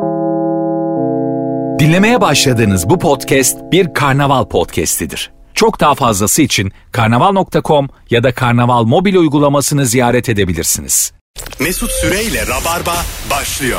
Dinlemeye başladığınız bu podcast bir karnaval podcastidir. Çok daha fazlası için karnaval.com ya da karnaval mobil uygulamasını ziyaret edebilirsiniz. Mesut Süreyle Rabarba başlıyor.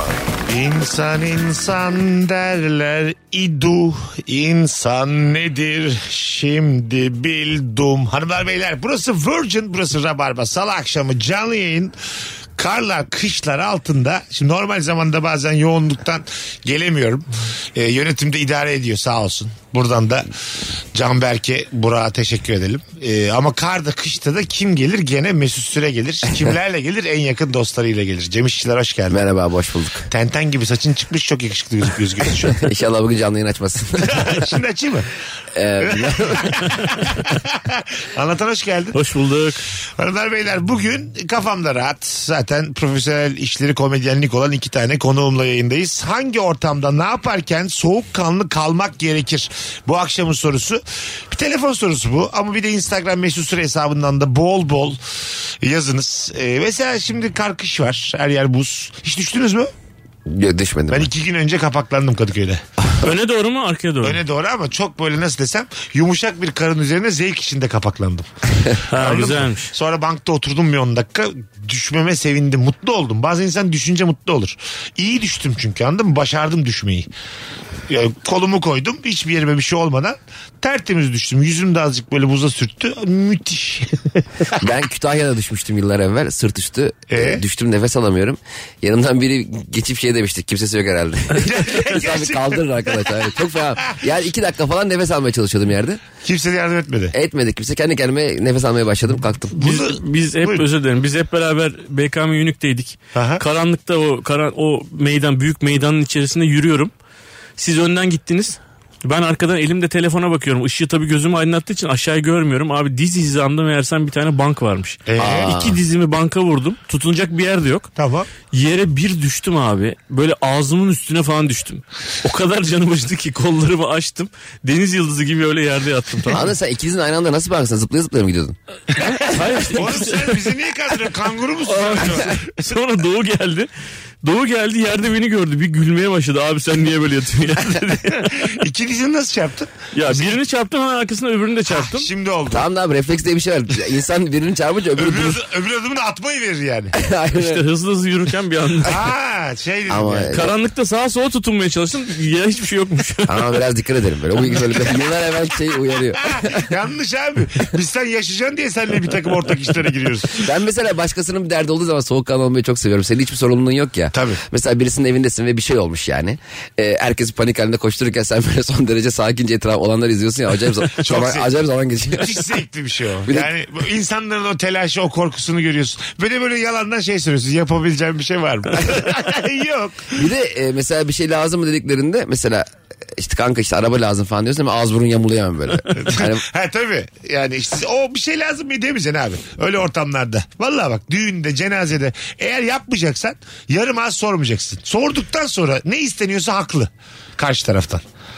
İnsan derler idu, insan nedir şimdi bildim. Hanımlar beyler, burası Virgin, burası Rabarba. Salı akşamı canlı yayın. Karlar, kışlar altında. Şimdi normal zamanda bazen yoğunluktan gelemiyorum. Yönetimde idare ediyor sağ olsun. Buradan da Canberk'e, Burak'a teşekkür edelim. Ama karda, kışta da kim gelir? Gene Mesut Süre gelir. Kimlerle gelir? En yakın dostlarıyla gelir. Cem İşçiler hoş geldin. Merhaba, hoş bulduk. Tenten gibi saçın çıkmış, çok yakışıklı gözüküyorsun şu an. İnşallah bugün canlı yayın açmasın. Şimdi açayım mı? Anlatan hoş geldin. Hoş bulduk. Hanımlar beyler, bugün kafamda rahat. Zaten profesyonel işleri komedyenlik olan 2 tane konuğumla yayındayız. Hangi ortamda ne yaparken soğukkanlı kalmak gerekir? Bu akşamın sorusu. Bir telefon sorusu bu ama bir de Instagram Mesut Süre hesabından da bol bol yazınız. Mesela şimdi kar, kış var, her yer buz. Hiç düştünüz mü? Yok, düşmedim. Ben 2 gün önce kapaklandım Kadıköy'de. Öne doğru mu, arkaya doğru mu? Öne doğru ama çok böyle, nasıl desem, yumuşak bir karın üzerine zevk içinde kapaklandım. Ha, güzelmiş. Sonra bankta oturdum bir 10 dakika. Düşmeme sevindim. Mutlu oldum. Bazı insan düşünce mutlu olur. İyi düştüm çünkü, anladın mı? Başardım düşmeyi. Yani kolumu koydum. Hiçbir yerime bir şey olmadan tertemiz düştüm. Yüzüm de azıcık böyle buza sürttü. Müthiş. Ben Kütahya'da düşmüştüm yıllar evvel. Sırt üstü. Düştüm, nefes alamıyorum. Yanımdan biri geçip şey demişti. Kimsesi yok herhalde. Abi kaldırır arkadaşlar. Yani çok fena. Yani 2 dakika falan nefes almaya çalışıyordum yerde. Kimse de yardım etmedi. Etmedi kimse. Kendi kendime nefes almaya başladım. Kalktım. Biz hep, özür dilerim, biz hep beraber BKM Unique'deydik. Aha. Karanlıkta o meydan, büyük meydanın içerisinde yürüyorum. Siz önden gittiniz. Ben arkadan elimde telefona bakıyorum. Işığı tabii gözümü aydınlattığı için aşağıyı görmüyorum. Abi diz hizamda meğersem bir tane bank varmış. 2 dizimi banka vurdum. Tutunacak bir yer de yok. Tamam. Yere bir düştüm abi. Böyle ağzımın üstüne falan düştüm. O kadar canım acıdı ki kollarımı açtım. Deniz yıldızı gibi öyle yerde yattım. Tamam. Anladın, sen ikinizin aynı anda nasıl banksın? Zıplaya zıplaya mı gidiyordun? Hayır işte. Oğlum sen bizi niye kandırıyorsun? Kanguru musun? Sonra Doğu geldi. Doğu geldi, yerde beni gördü. Bir gülmeye başladı. Abi sen niye böyle yatıyorsun yerde? İkinizini nasıl çarptın? Ya birini çarptım, hemen arkasına öbürünü de çarptım. Şimdi oldu. Tamam da abi, refleks diye bir şey var. İnsan birini çarpınca öbürü durur. Öbür adımını atmayı verir yani. İşte hızlı yürürken bir anda. Şey dedim Ama yani. Karanlıkta sağa sola tutunmaya çalıştım. Ya hiçbir şey yokmuş. Ama biraz dikkat edelim böyle. O yıllar evvel şey uyarıyor. Yanlış abi. Biz sen yaşayacaksın diye seninle bir takım ortak işlere giriyoruz. Ben mesela başkasının bir derdi olduğu zaman soğukkanlı olmayı çok seviyorum. Senin hiçbir sorumluluğun yok ya. Tabii. Mesela birisinin evindesin ve bir şey olmuş yani. Herkes panik halinde koştururken sen böyle son derece sakince etraf olanları izliyorsun ya. Acayip zaman geçiyor. Müthiş zevkli bir şey o. Bir de- Yani insanların o telaşı, o korkusunu görüyorsun. Böyle yalandan şey soruyorsun. Yapabileceğim bir şey var mı? Yok. Bir de mesela bir şey lazım mı dediklerinde mesela işte kanka işte araba lazım falan diyorsun ama ağız burun yamuluyor hemen böyle. Yani Ha tabii. Yani işte o bir şey lazım mı demeyeceksin abi. Öyle ortamlarda. Vallahi bak, düğünde, cenazede eğer yapmayacaksan yarım az sormayacaksın. Sorduktan sonra ne isteniyorsa haklı karşı taraftan.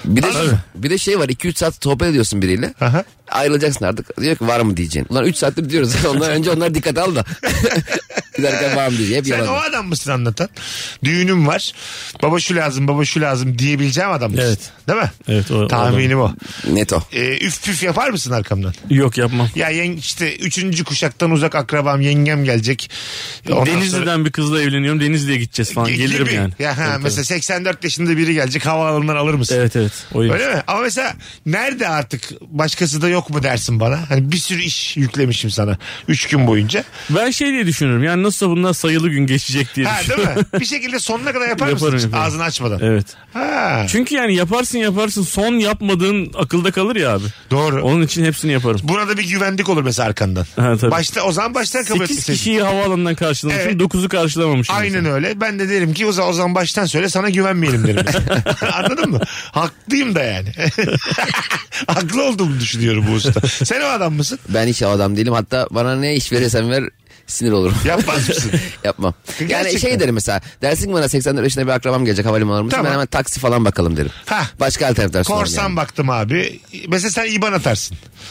bir de şey var, 2-3 saat sohbet ediyorsun biriyle. Aha. Ayrılacaksın artık. Diyor ki var mı diyeceksin. Ulan 3 saattir diyoruz. Ondan önce onlar dikkat al da. Giderken var mı diye. Hep Sen yalan. o adam mısın anlatan? Düğünüm var. Baba şu lazım, baba şu lazım diyebileceğim adam mısın? Evet. Değil mi? Evet, o Tahminim o. Net o. Üf püf yapar mısın arkamdan? Yok, yapmam. Ya işte 3. kuşaktan uzak akrabam, yengem gelecek. Ondan Denizli'den bir kızla evleniyorum. Denizli'ye gideceğiz falan. Gelirim gibi. yani. Ya Tabii, mesela 84 yaşında biri gelecek, havaalanından alır mısın? Evet. Oymuş. Öyle mi? Ama mesela nerede artık başkası da yok mu dersin bana? Hani bir sürü iş yüklemişim sana 3 gün boyunca. Ben şey diye düşünüyorum. Yani nasılsa bunlar sayılı gün geçecek diye Ha düşünüyorum. değil mi? Bir şekilde sonuna kadar yapar mısın? Yaparım. Ağzını açmadan. Evet. Ha. Çünkü yani yaparsın son yapmadığın akılda kalır ya abi. Doğru. Onun için hepsini yaparım. Burada bir güvenlik olur mesela arkandan. Ha, tabii. O zaman baştan kabul 8 etsin. kişiyi havaalanından karşılamışım. Evet. 9'u karşılamamışım. Aynen mesela. öyle. Ben de derim ki o zaman baştan söyle, sana güvenmeyelim derim. Anladın mı? Haklıyım da yani. Haklı olduğumu düşünüyorum bu usta. Sen o adam mısın? Ben hiç o adam değilim. Hatta bana ne iş verirsen ver sinir olurum. Yapmaz mısın? Yapmam. Gerçekten. Yani şey derim mesela. Dersin ki bana 84 yaşında bir akrabam gelecek havalimanı mısın? Tamam. Ben hemen taksi falan bakalım derim. Hah. Başka alternatifler sunarım Korsan yani. baktım abi. Mesela sen IBAN atarsın.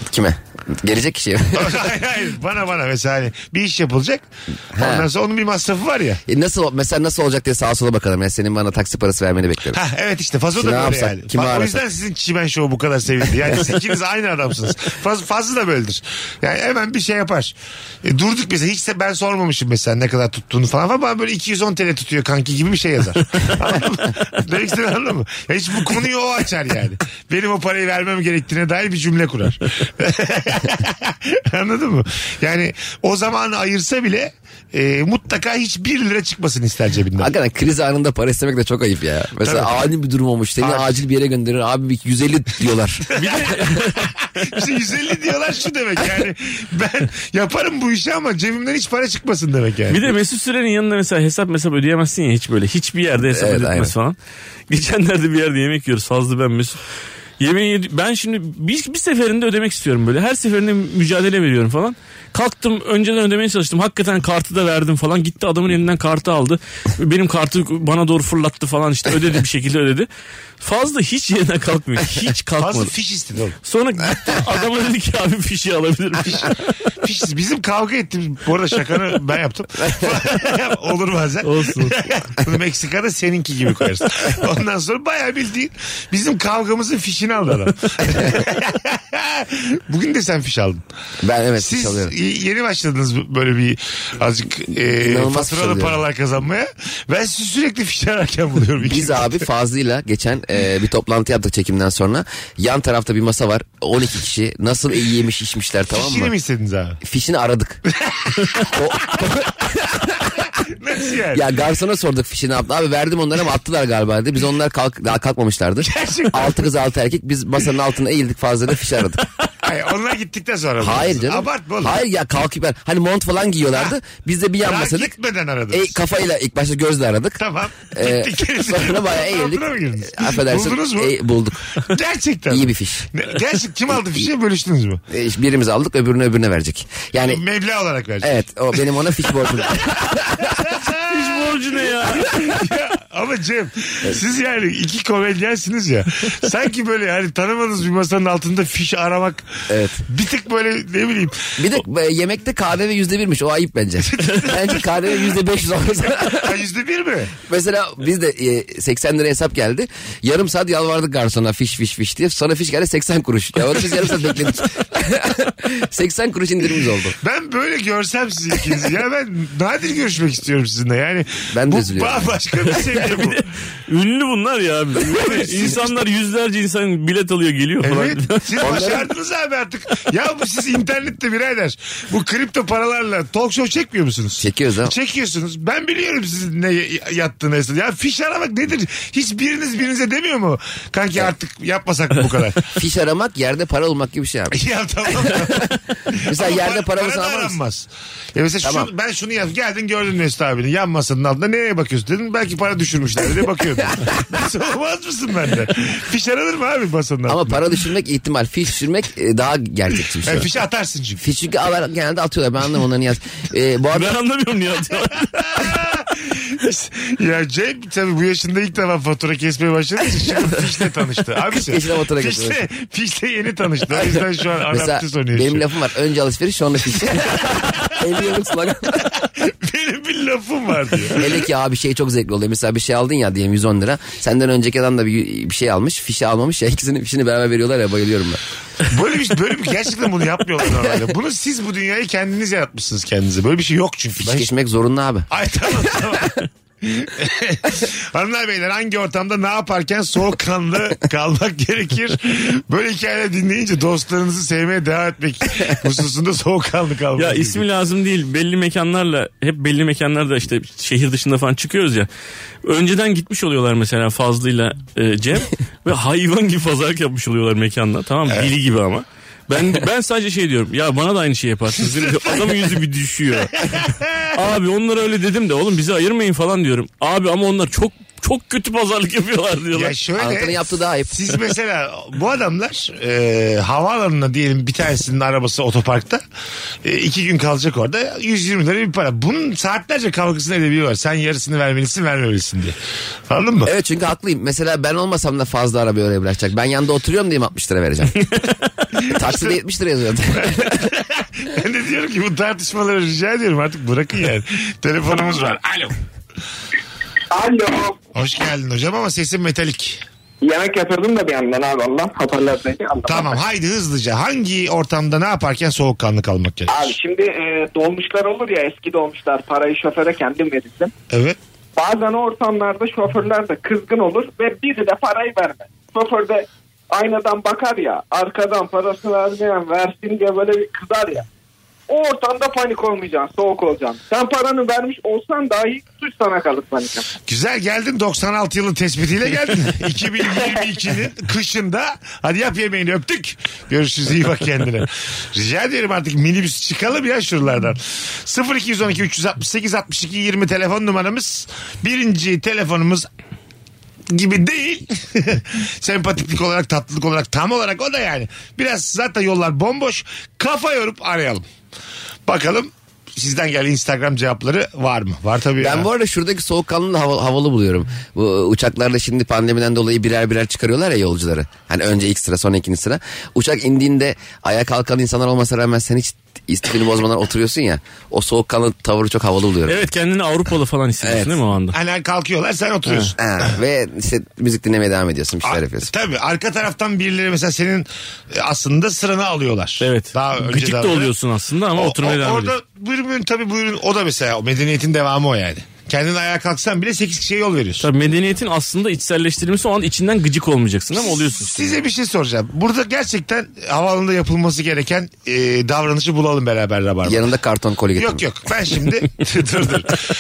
Kime? Gelecek kişiye. Hayır bana mesela hani bir iş yapılacak. Ondan sonra onun bir masrafı var ya. Nasıl olacak diye sağa sola bakalım. Yani senin bana taksi parası vermeni bekliyorum. Evet işte Fazla da böyle yapsak, yani. kimi O arasak? yüzden sizin Çimen Show bu kadar sevildi. Yani siz ikiniz aynı adamsınız. Fazla da böyledir. Yani hemen bir şey yapar. Durduk mesela hiç de ben sormamışım mesela ne kadar tuttuğunu falan. Bana böyle 210 TL tutuyor kanki gibi bir şey yazar. Anladın mı? Demek istediğimi anladın mı? Ya hiç bu konuyu o açar yani. Benim o parayı vermem gerektiğine dair bir cümle kurar. Anladın mı? Yani o zamanı ayırsa bile mutlaka hiç 1 lira çıkmasın ister cebinden. Hakikaten kriz anında para istemek de çok ayıp ya. Mesela ani bir durum olmuş. Seni acil bir yere gönderir. Abi 150 diyorlar. İşte 150 diyorlar şu demek yani. Ben yaparım bu işi ama cebimden hiç para çıkmasın demek yani. Bir de Mesut Süren'in yanında mesela hesap ödeyemezsin ya hiç böyle. Hiçbir yerde hesap ödetmez falan. Geçenlerde bir yerde yemek yiyoruz. Fazlı ben Mesut. Yemeği ben şimdi bir seferinde ödemek istiyorum böyle. Her seferinde mücadele veriyorum falan. Kalktım önceden ödemeye çalıştım. Hakikaten kartı da verdim falan. Gitti adamın elinden kartı aldı. Benim kartı bana doğru fırlattı falan işte ödedi bir şekilde ödedi. Fazla hiç yerinden kalkmıyor. Hiç kalkmadı. Fazla fiş istedi oğlum. Sonra gitti adama dedi ki abi fişi alabilir miyim? Fiş, bizim kavga ettiğimiz bu arada şakanı ben yaptım. Olur bazen. Olsun. Bunu Meksika'da seninki gibi koyarız. Ondan sonra bayağı bildiğin bizim kavgamızın fişini aldı adam. Bugün de sen fiş aldın. Ben fiş Siz alıyorum. yeni başladınız böyle bir azıcık faturalı paralar kazanmaya. Ben sizi sürekli fiş ararken buluyorum. Biz abi Fazlı'yla geçen bir toplantı yaptık çekimden sonra. Yan tarafta bir masa var. 12 kişi nasıl iyi yemiş içmişler tamam mı? Fişini mi istediniz abi? Fişini aradık. Nasıl yani? Ya garsona sorduk fişini yaptı. Abi verdim onlara ama attılar galiba dedi. Biz onlar daha kalkmamışlardı. Gerçekten. 6 kız 6 erkek biz masanın altına eğildik Fazlı'yla fiş aradık. Hayır, onlar gittikten sonra mı? Hayır canım. Abartma oğlum. Hayır ya kalkıp hani mont falan giyiyorlardı. Biz de bir yan Daha masadık. gitmeden aradınız. Kafayla ilk başta gözle aradık. Tamam. Gittik. Sonra bayağı eğildik. Altına mı girdiniz? Affedersin. Buldunuz mu? Bulduk. Gerçekten. İyi bir fiş. Gerçekten kim aldı fişi bölüştünüz mü? Birimiz aldık öbürüne verecek. Yani Meblağ olarak verecek. evet o benim ona fiş borcum. Fiş borcu ne ya? Ya, ama Cem siz yani iki komedyensiniz ya. Sanki böyle yani tanımadığınız bir masanın altında fiş aramak. Evet. Bir tık böyle ne bileyim. Bir de yemekte KDV %1'miş o ayıp bence. Bence KDV %500 olursa. %1 mi? Mesela biz de 80 lira hesap geldi. Yarım saat yalvardık garsona fiş diye. Sonra fiş geldi 80 kuruş. Ya onu biz yarım saat bekledik. 80 kuruş indirimimiz oldu. Ben böyle görsem sizi ikinizi. Ya ben nadir görüşmek istiyorum sizinle. Yani Ben de bu üzülüyorum. başka bir seviye bu. Ünlü bunlar ya abi. Yani insanlar yüzlerce insan bilet alıyor geliyor falan. Evet. Siz başardınız abi artık. Ya bu siz internette birader. Bu kripto paralarla talk show çekmiyor musunuz? Çekiyoruz ha. Çekiyorsunuz. Ben biliyorum sizin ne yattığını. Ya fiş aramak nedir? Hiçbiriniz birinize demiyor mu? Kanki artık yapmasak mı bu kadar? Fiş aramak yerde para olmak gibi bir şey abi. Ya tamam. Mesela Ama yerde para da olsa almaz. aranmaz. Ya mesela Tamam. ben şunu yap. Geldin gördün Mesut abinin yan masanın altında nereye bakıyorsun dedim. Belki para düşürmüşler diye bakıyordum. Nasıl olmaz mısın bende? Fiş aranır mı abi masanın altında? Ama para düşürmek ihtimal. Fiş düşürmek daha gerçekçi bir şey. Yani fişi atarsın çünkü. Fiş çünkü genelde atıyorlar. Ben anlamam onları niye bu arada Ben anlamıyorum niye atıyorlar. Ya Cem tabii bu yaşında ilk defa fatura kesmeye başladı. Şimdi fişle tanıştı. Abisi. yaşında fatura kesmeye Fişle yeni tanıştı. O yüzden şu an mesela Arapçı oynuyor. benim lafım var. Önce alışveriş sonra fiş. 50 yıllık slogan. Benim bir lafım var diyor. Hele ki abi şey çok zevkli oluyor. Mesela bir şey aldın ya diyelim 110 lira. Senden önceki adam da bir şey almış. Fişi almamış ya. İkisinin fişini beraber veriyorlar ya, bayılıyorum ben. Böyle bir gerçekten bunu yapmıyorlar normalde. Bunu siz bu dünyayı kendiniz yaratmışsınız kendinize. Böyle bir şey yok çünkü. Fiş geçmek zorunlu abi. Ay tamam. Hanımlar beyler hangi ortamda ne yaparken soğukkanlı kalmak gerekir? Böyle hikayeler dinleyince dostlarınızı sevmeye devam etmek hususunda soğukkanlı kalmak Ya gerekir. ismi lazım değil. Belli mekanlarla hep belli mekanlarda işte şehir dışında falan çıkıyoruz ya. Önceden gitmiş oluyorlar mesela Fazlı'yla Cem ve hayvan gibi pazarlık yapmış oluyorlar mekanda. Tamam mı? Dili gibi ama. Ben sadece şey diyorum. Ya bana da aynı şey yaparsınız. Adamın yüzü bir düşüyor. Abi onlara öyle dedim de oğlum bizi ayırmayın falan diyorum. Abi ama onlar çok çok kötü pazarlık yapıyorlar diyorlar. Ya şöyle. Anlatan yaptığı daha ayıp. Siz mesela bu adamlar havaalanına diyelim bir tanesinin arabası otoparkta 2 gün kalacak orada 120 lira bir para. Bunun saatlerce kavgasını edebiliyorlar. Sen yarısını vermelisin vermemelisin diye. Anladın mı? Evet çünkü haklıyım. Mesela ben olmasam da fazla arabayı oraya bırakacak. Ben yanında oturuyorum diye 60 lira vereceğim. Takside 70 lira yazıyor. Ben de diyorum ki bu tartışmaları rica ediyorum artık bırakın yani. Telefonumuz var. Alo. Alo. Hoş geldin hocam ama sesin metalik. Yemek yapıyordum da bir yandan abi ondan. Hoparlördeki anlamadım. Tamam haydi hızlıca. Hangi ortamda ne yaparken soğukkanlı kalmak gerekir? Abi şimdi dolmuşlar olur ya, eski dolmuşlar, parayı şoföre kendin verirsin. Evet. Bazen o ortamlarda şoförler de kızgın olur ve biri de parayı vermez. Şoför de aynadan bakar ya, arkadan parasını vermeyen versin diye böyle bir kızar ya. O ortamda panik olmayacaksın, soğuk olacaksın. Sen paranı vermiş olsan dahi suç sana kalır panik. Güzel geldin 96 yılı tespitiyle geldin. 2022'nin kışında hadi yap yemeğini öptük. Görüşürüz iyi bak kendine. Rica ederim artık minibüs çıkalım ya şuralardan. 0212 368 62 20 telefon numaramız. Birinci telefonumuz gibi değil. Sempatiklik olarak, tatlılık olarak, tam olarak o da yani. Biraz zaten yollar bomboş. Kafa yorup arayalım. Bakalım sizden gelen Instagram cevapları var mı? Var tabii. Ben ya. bu arada şuradaki soğukkanlılığı havalı buluyorum. Bu uçaklarda şimdi pandemiden dolayı birer birer çıkarıyorlar ya yolcuları. Hani önce ilk sıra sonra ikinci sıra. Uçak indiğinde ayağa kalkan insanlar olmasına rağmen sen hiç istifini bozmadan oturuyorsun ya. O soğukkanlı tavırı çok havalı buluyorum. Evet, kendini Avrupalı falan hissediyorsun Evet. değil mi o anda? Hani kalkıyorlar sen oturuyorsun. Ve işte müzik dinlemeye devam ediyorsun, bir şeyler yapıyorsun. Tabii arka taraftan birileri mesela senin aslında sıranı alıyorlar. Evet. Daha önce Gıcık da oluyorsun aslında ama oturmaya devam orada ediyorsun. buyurun tabii buyurun o da mesela o medeniyetin devamı o yani. Kendin ayağa kalksan bile 8 kişiye yol veriyorsun. Tabii medeniyetin aslında içselleştirilmesi, o an içinden gıcık olmayacaksın ama oluyorsun. Size bir şey soracağım. Burada gerçekten havaalanında yapılması gereken davranışı bulalım beraber Rabarba. Yanında karton koli getirdim. Yok ben şimdi dur.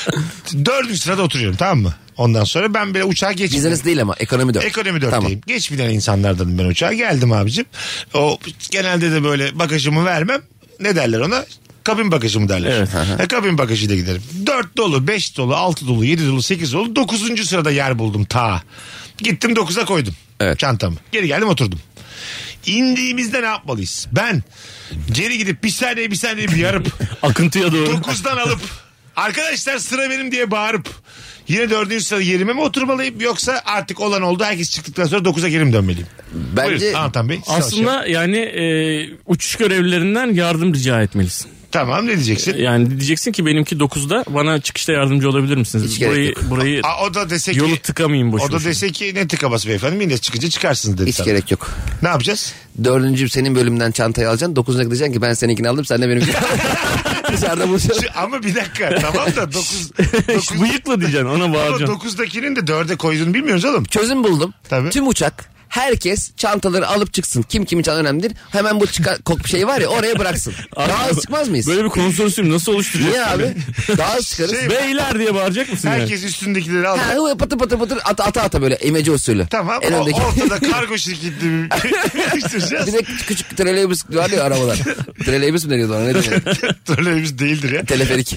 4. sırada oturuyorum tamam mı? Ondan sonra ben böyle uçağa geçmeyeyim. Business değil ama ekonomi 4. Ekonomi 4'teyim. Tamam. Geçmeyen insanlardanım ben uçağa. Geldim abicim. O genelde de böyle bagajımı vermem. Ne derler ona? Kabin bagajı mı derler? Evet. Kabin bagajıyla giderim. 4 dolu, 5 dolu, 6 dolu, 7 dolu, 8 dolu. 9. sırada yer buldum ta. Gittim 9'a koydum Evet. çantamı. Geri geldim oturdum. İndiğimizde ne yapmalıyız? Ben geri gidip bir saniye bir yarıp Akıntıya doğru. 9'dan alıp arkadaşlar sıra benim diye bağırıp yine 4. sırada yerime mi oturmalıyım yoksa artık olan oldu herkes çıktıktan sonra 9'a geri mi dönmeliyim? Bence Buyurun Anlatan Bey. siz Aslında çalışın. yani uçuş görevlilerinden yardım rica etmelisin. Tamam ne diyeceksin? Yani diyeceksin ki benimki 9'da, bana çıkışta yardımcı olabilir misiniz? Hiç gerek yok. Burayı O da dese ki yolu tıkamayayım boş o da boşuna. dese ki ne tıkaması beyefendi yine çıkınca çıkarsınız dedi hiç sana. gerek yok. Ne yapacağız? 4. senin bölümden çantayı alacaksın. 9'una gideceksin ki ben seninkini aldım, sen de benimkini aldın. Dışarıda buluşalım. Ama bir dakika tamam da 9 Bıyıkla diyeceksin, ona ama bağıracaksın. 9'dakinin de 4'e koyduğunu bilmiyoruz oğlum. Çözüm buldum. Tabii. Tüm uçak herkes çantaları alıp çıksın. Kim kimin çantaları önemli değil. Hemen bu şey var ya, oraya bıraksın. Daha az çıkmaz mıyız? Böyle bir konsorsiyum nasıl oluşturuyorsun? Niye abi? Daha az çıkarız. Şey- Beyler diye bağıracak mısın yani? Herkes üstündekileri aldı. Ha, patır patır patır ata böyle imece usulü. Tamam En öndeki. ortada kargo şirketi birleştireceğiz. Bir de küçük trolleybüs var ya arabalar. Trolleybüs mü deniyordu ona, ne deniyor? Trolleybüs değildir ya. Teleferik.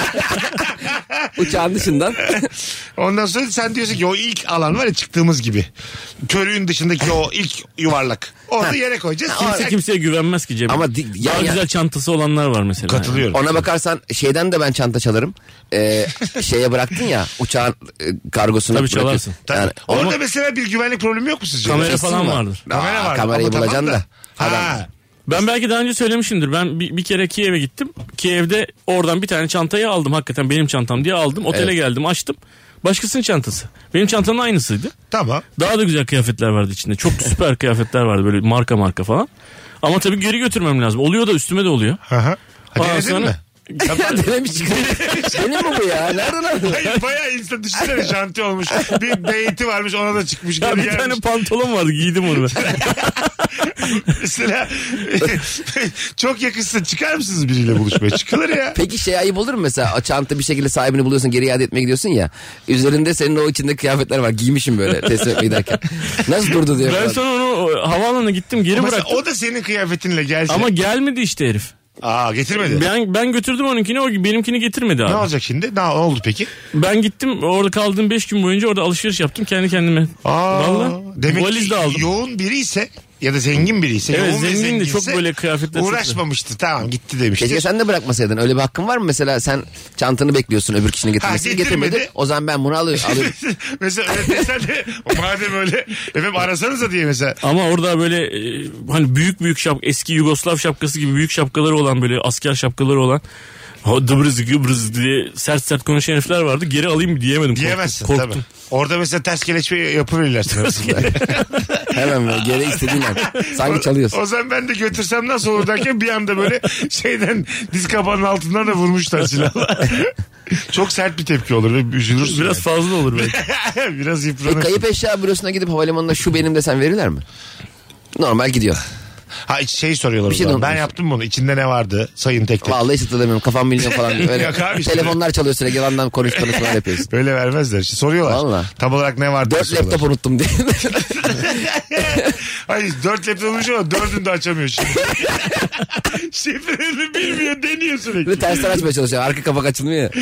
Uçağın dışından. Ondan sonra sen diyorsun ki o ilk alan var ya çıktığımız gibi. Körüğün dışındaki o ilk yuvarlak. Orada yere koyacağız. Kimse kimseye güvenmez ki Cem. Ama Daha güzel çantası olanlar var mesela. Katılıyorum. Ona bakarsan şeyden de ben çanta çalarım. Şeye bıraktın ya, uçağın kargosuna Tabii bırakıyorsun. çalarsın. Tabii. Yani, Orada mesela bir güvenlik problemi yok mu sizce? Kamera kesin falan var. vardır. Kamera var. Kamerayı Ama tamam bulacaksın da. Ha. Adam. Ben belki daha önce söylemişimdir. Ben bir kere Kiev'e gittim. Kiev'de oradan bir tane çantayı aldım. Hakikaten benim çantam diye aldım. Otele Evet. geldim, açtım. Başkasının çantası. Benim çantamın aynısıydı. Tamam. Daha da güzel kıyafetler vardı içinde. Çok süper kıyafetler vardı, böyle marka falan. Ama tabii geri götürmem lazım. Oluyor da üstüme de oluyor. Aha. Ondan Denedin sonra- mi? Denemiş. Benim mi bu ya? Nereden aldın? Hayır bayağı insan düşünsene janti olmuş. Bir beyti varmış ona da çıkmış. Ya geri bir tane gelmiş. pantolon vardı, giydim onu ben. Mesela çok yakışsa çıkar mısınız biriyle buluşmaya? Çıkılır ya. Peki şey ayıp olur mu mesela? O çanta bir şekilde sahibini buluyorsun, geri iade etmeye gidiyorsun ya. Üzerinde senin o içinde kıyafetler var. Giymişim böyle teslim etmeye giderken. Nasıl durdu diye. Ben falan. sonra onu havaalanına gittim, geri Mesela bıraktım. o da senin kıyafetinle gelse. Ama gelmedi işte herif. Getirmedi. Ben götürdüm onunkini, o benimkini getirmedi abi. Ne olacak şimdi? Ne oldu peki? Ben gittim, orada kaldığım 5 gün boyunca orada alışveriş yaptım kendi kendime. Vallahi. Demek Valiz ki de aldım. yoğun biri ise ya da zengin biri ise. Evet, yoğun ve zengin de zenginse çok böyle kıyafetler. uğraşmamıştır. Tamam, gitti demiştir. Keşke sen de bırakmasaydın. Öyle bir hakkın var mı? Mesela sen çantanı bekliyorsun öbür kişinin getirmesini. getirmedi. Getirmedi. O zaman ben bunu alıyorum. Mesela öyle desen de madem öyle efendim arasanıza diye mesela. Ama orada böyle hani büyük eski Yugoslav şapkası gibi büyük şapkaları olan, böyle asker şapkaları olan, dıbrız gıbrız diye sert konuşan herifler vardı. Geri alayım mı diyemedim. Diyemezsin Korktum. tabii. Orada mesela ters kelepçe yapıverirler sana. Hemen böyle geri istediğin an. Sanki çalıyorsun. O zaman ben de götürsem nasıl olur derken bir anda böyle şeyden diz kapağının altından da vurmuşlar silahla. Çok sert bir tepki olur ve üzülürsün. Biraz fazla olur belki. Biraz yıpranırsın. Kayıp eşya bürosuna gidip havalimanında şu benim desen verirler mi? Normal gidiyor. Şey soruyorlar Bir şey o zaman. Ben unutmuş. yaptım bunu. İçinde ne vardı? Sayın tek tek. Vallahi hiç hatırlamıyorum. Kafam milyon falan. Öyle Yok abi işte. telefonlar çalıyor sürekli. Yalandan konuşmalar yapıyorsun. Öyle vermezler. İşte soruyorlar. Vallahi. Tam olarak ne vardı? 4 laptop unuttum diye. Hayır 4 laptop olmuş ama 4'ünü de açamıyor şimdi. Şifrelerini bilmiyor, deniyor sürekli. Bir tersten açmaya çalışıyor. Arka kapak açılmıyor ya.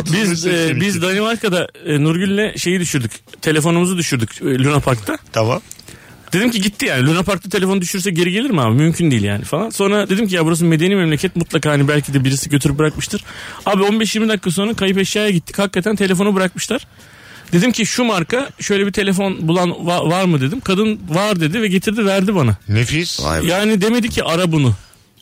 Biz Danimarka'da Nurgül'le şeyi düşürdük. Telefonumuzu düşürdük Luna Park'ta. Tamam. Dedim ki gitti yani. Luna Park'ta telefonu düşürse geri gelir mi abi? Mümkün değil yani falan. Sonra dedim ki ya burası medeni memleket, mutlaka hani belki de birisi götürüp bırakmıştır. Abi 15-20 dakika sonra kayıp eşyaya gittik. Hakikaten telefonu bırakmışlar. Dedim ki şu marka şöyle bir telefon bulan var mı dedim. Kadın var dedi ve getirdi, verdi bana. Nefis. Yani demedi ki ara bunu.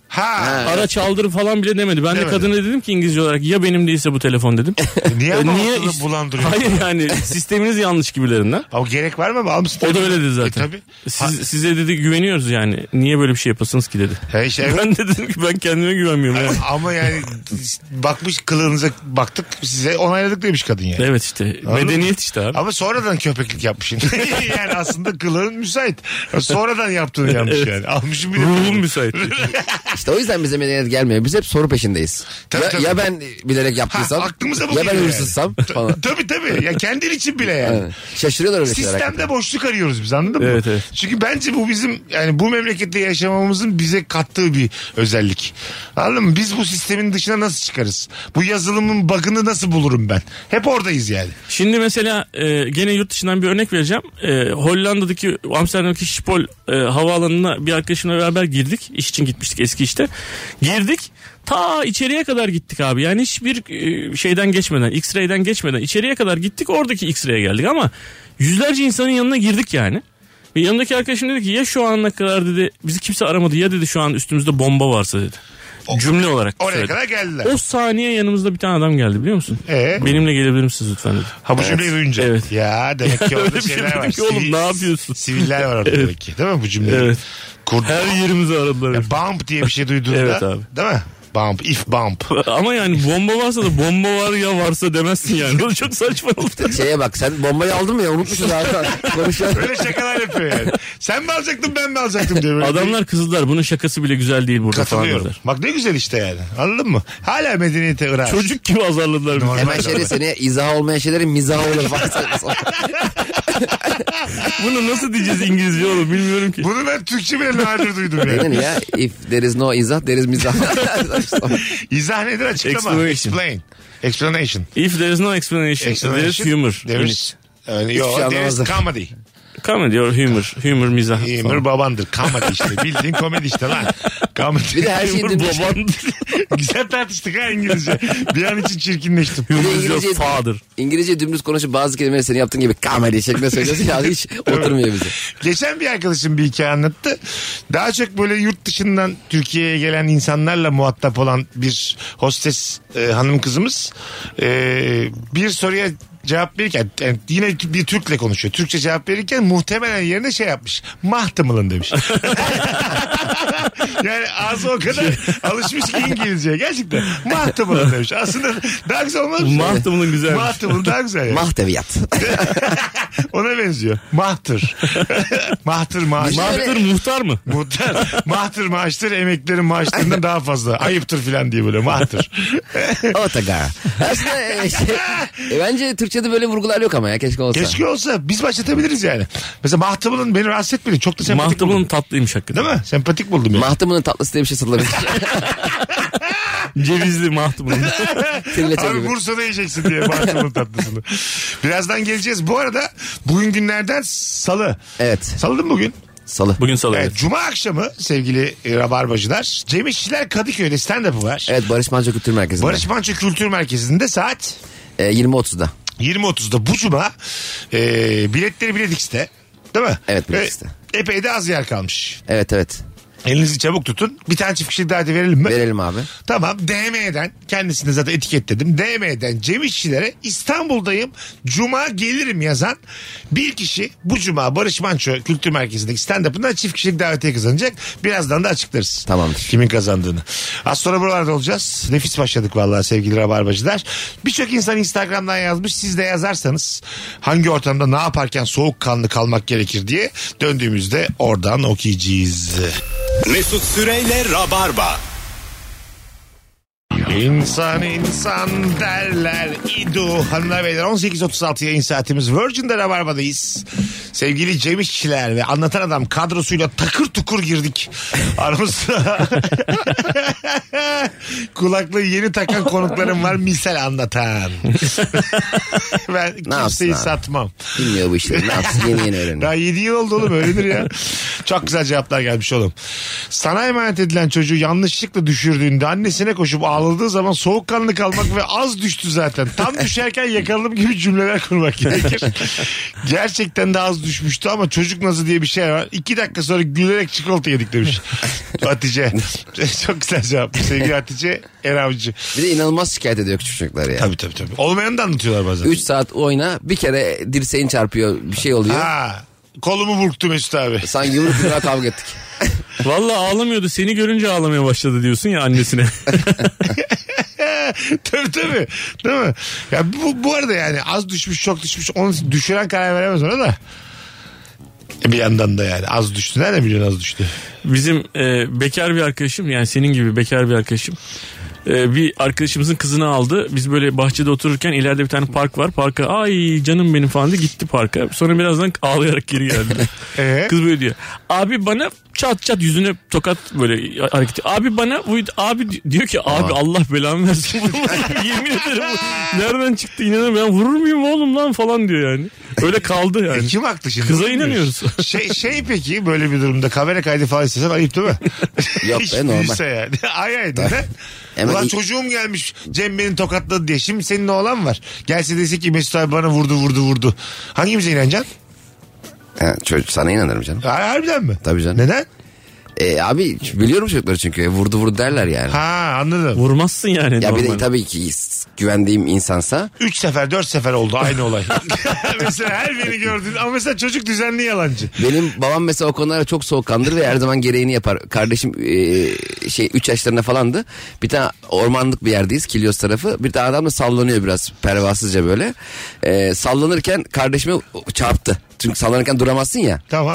Ara çaldır falan bile demedi. Ben de kadına dedim ki İngilizce olarak ya benim değilse bu telefon dedim. Niye ortalığı bulandırıyor? Hayır yani sisteminiz yanlış gibilerinden. Ama gerek var mı? Almışsın. O da öyle dedi zaten. Tabii. Size dedi güveniyoruz yani. Niye böyle bir şey yapasınız ki dedi. Evet. Ben de dedim ki ben kendime güvenmiyorum yani. Ama yani bakmış kılığınıza baktık, size onayladık demiş kadın yani. Evet işte medeniyet işte abi. Ama sonradan köpeklik yapmışsın. Yani aslında kılığın müsait. Sonradan yaptığını yanlış yani. Almışım bir de. Ruhum müsait. İşte o yüzden bize medeniyet gelmiyor. Biz hep soru peşindeyiz. Tabii. Ya ben bilerek yaptıysam. Aklımıza bu ya ben geliyor hırsızsam falan. Tabii. Ya kendin için bile yani. Evet. Şaşırıyorlar öyle şeyler. Sistemde boşluk arıyoruz biz, anladın mı? Evet. Çünkü bence bu bizim yani bu memlekette yaşamamızın bize kattığı bir özellik. Anladın mı? Biz bu sistemin dışına nasıl çıkarız? Bu yazılımın bug'ını nasıl bulurum ben? Hep oradayız yani. Şimdi mesela gene yurt dışından bir örnek vereceğim. Hollanda'daki Amsterdam'daki Schiphol havaalanına bir arkadaşımla beraber girdik. İş için gitmiştik, eski işte. Girdik. Ta içeriye kadar gittik abi. Yani hiçbir şeyden geçmeden, X-ray'den geçmeden içeriye kadar gittik. Oradaki X-ray'e geldik ama yüzlerce insanın yanına girdik yani. Ve yanındaki arkadaşım dedi ki ya şu ana kadar dedi bizi kimse aramadı ya dedi şu an üstümüzde bomba varsa dedi. Cümle olarak Oraya söyledi. kadar geldiler. O saniye yanımızda bir tane adam geldi biliyor musun? Benimle gelebilir misiniz lütfen dedi. Ha bu cümleyi duyunca. Evet. Ya demek ki orada Öyle bir şey şeyler var. dedim ki oğlum, ne yapıyorsun? Siviller var orada demek ki. Değil mi bu cümleyi? Evet. Kurdu. Her yerimizi aradılar. Ya bump diye bir şey duyduğunda. Evet abi. Değil mi? Bump, if bump. Ama yani bomba varsa da bomba var ya varsa demezsin yani. O çok saçma oldu. Şeye bak sen bombayı aldın mı ya unutmuşsun abi. Konuşuyor. Öyle şakalar yapıyor yani. Sen mi alacaktın ben mi alacaktım diye. Böyle Adamlar kızdılar. Bunun şakası bile güzel değil burada falan katılıyorum. dediler. Bak ne güzel işte yani. Anladın mı? Hala medeniyete ırar. Çocuk gibi azarladılar bizi. Hemen şeyleri seni izah olmayan şeylerin mizahı olur falan. Bunu nasıl diyeceğiz İngilizce oğlum bilmiyorum ki. Bunu ben Türkçe bile nadir duydum yani. Neden ya? If there is no izah there is mizah. İzah nedir, açıklama? Explanation. Explain. Explanation. If there is no explanation, there is humor. There is, yani, yo, Hiçbir şey there is anlamazdım. comedy. Comedy or humor. Humor mizah. Humor babandır. Comedy işte. Bildiğin komedi işte lan. Comedy. Bir de her şeyi Humor dinlemiş. babandır. Güzel tartıştık ha İngilizce. Bir an için çirkinleştim. Humor is İngilizce- your father. İngilizce dümdüz konuşup bazı kelimeleri senin yaptığın gibi comedy şeklinde söylüyorsun ya hiç oturmuyor bize. Geçen bir arkadaşım bir hikaye anlattı. Daha çok böyle yurt dışından Türkiye'ye gelen insanlarla muhatap olan bir hostes hanım kızımız bir soruya cevap verirken yani yine bir Türk'le konuşuyor. Türkçe cevap verirken muhtemelen yerine şey yapmış. Mahtımılın demiş. Yani ağzı o kadar alışmış ki İngilizceye. Gerçekten mahtımılın demiş. Aslında daha güzel olmaz mı? Mahtımılın güzelmiş. Mahtımılın daha güzel yani. Mahteviyat. Ona benziyor. Mahtır. Mahtır maaş. Mahtır muhtar mı? Muhtar. Mahtır maaştır, emeklerin maaşlarından daha fazla. Ayıptır filan diye böyle mahtır. Otogar. Aslında bence Türkçe'de böyle vurgular yok ama ya keşke olsa. Keşke olsa biz başlatabiliriz yani. Mesela mahtımının beni rahatsız etmedi. Çok da sempatik Mahtımının buldum. tatlıymış hakikaten. Değil mi? Sempatik buldum ya. Mahtımının tatlısı diye bir şey satılabilir. Cevizli mahtımının. Trileçe Abi gibi. Bursa'da yiyeceksin diye mahtımın tatlısını. Birazdan geleceğiz. Bu arada bugün günlerden salı. Evet. Salı değil mi bugün? Salı. Bugün salı. Evet, Cuma akşamı sevgili Rabarbacılar. Cem İşçiler Kadıköy'de stand-up'ı var. Evet, Barış Manço Kültür Merkezi'nde. Barış Manço Kültür Merkezi'nde saat 20.30'da. 20.30'da bu Cuma biletleri Bilet X'te. Değil mi? Evet, Bilet X'te. Epey de az yer kalmış. Evet. Elinizi çabuk tutun. Bir tane çift kişilik daveti verelim mi? Verelim abi. Tamam. DM'den kendisini zaten etiketledim. DM'den Cem İşçilere İstanbul'dayım Cuma gelirim yazan bir kişi bu Cuma Barış Manço Kültür Merkezi'ndeki stand-up'ından çift kişilik davetiye kazanacak. Birazdan da açıklarız. Tamamdır. Kimin kazandığını. Az sonra buralarda olacağız. Nefis başladık vallahi sevgili Rabarbacılar. Birçok insan Instagram'dan yazmış. Siz de yazarsanız hangi ortamda ne yaparken soğukkanlı kalmak gerekir diye döndüğümüzde oradan okuyacağız. Mesut Süreyle Rabarba. İnsan derler İdu. Hanımlar beyler 18.36 yayın saatimiz. Virgin'de Rabarba'dayız. Sevgili Cem İşçiler ve Anlatan Adam kadrosuyla takır tukur girdik. Aramızda kulaklığı yeni takan konuklarım var. Misal anlatan. Ben kimseyi satmam. Bilmiyor bu işleri. Ne yapsın, yeni öğreniyor. Daha 7 yıl oldu oğlum, öğrenir ya. Çok güzel cevaplar gelmiş oğlum. Sana emanet edilen çocuğu yanlışlıkla düşürdüğünde annesine koşup ağladığı zaman soğukkanlı kalmak ve az düştü zaten. Tam düşerken yakalım gibi cümleler kurmak gerekir. Gerçekten de az düşmüştü ama çocuk nazı diye bir şey var. 2 dakika sonra gülerek çikolata yedik demiş. Hatice. Çok güzel cevap. Sevgili Hatice Eravcı. Bir de inanılmaz şikayet ediyor küçük çocuklar ya. Tabii. Olmayanı da anlatıyorlar bazen. 3 saat oyna, bir kere dirseğin çarpıyor, bir şey oluyor. Ha, kolumu burktu Mesut abi. Sanki yumruk yumruğa kavga ettik. Vallahi ağlamıyordu. Seni görünce ağlamaya başladı diyorsun ya annesine. Tabii. Değil mi? Ya bu arada yani az düşmüş çok düşmüş onu düşüren karar veremez ona da. Bir yandan da yani az düştü. Nereden biliyorsun az düştü? Bizim bekar bir arkadaşım, yani senin gibi bekar bir arkadaşım, bir arkadaşımızın kızını aldı. Biz böyle bahçede otururken ileride bir tane park var. Parka ay canım benim falan diye gitti parka. Sonra birazdan ağlayarak geri geldi. Kız böyle diyor. Abi bana çat yüzüne tokat böyle hareketi. Abi bana uydu. Abi diyor ki abi Allah belamı versin. Yemin ederim nereden çıktı inanamıyorum. Ben vurur muyum oğlum lan falan diyor yani. Öyle kaldı yani. Kim haklı şimdi? Kıza inanıyoruz. Şey peki böyle bir durumda kamera kaydı falan istesen ayıp değil mi? Yok be, normal. Değilse yani. Ay neden? Ulan çocuğum gelmiş Cem beni tokatladı diye. Şimdi senin oğlan var. Gelse dese ki Mesut abi bana vurdu. Hangimize inanacaksın? Çocuk sana inanırım canım. Harbiden mi? Tabii canım. Neden? Abi biliyorum çocukları çünkü vurdu derler yani. Ha anladım. Vurmazsın yani. Ya bir de normal. tabii ki güvendiğim insansa. 3 sefer 4 sefer oldu aynı olay. Mesela her beni gördün ama mesela çocuk düzenli yalancı. Benim babam mesela o konulara çok soğukkanlıdır ve her zaman gereğini yapar. Kardeşim 3 yaşlarında falandı. Bir tane ormanlık bir yerdeyiz, Kilyos tarafı. Bir tane adam da sallanıyor biraz pervasızca böyle. Sallanırken kardeşime çarptı. Çünkü sallanırken duramazsın ya. Tamam.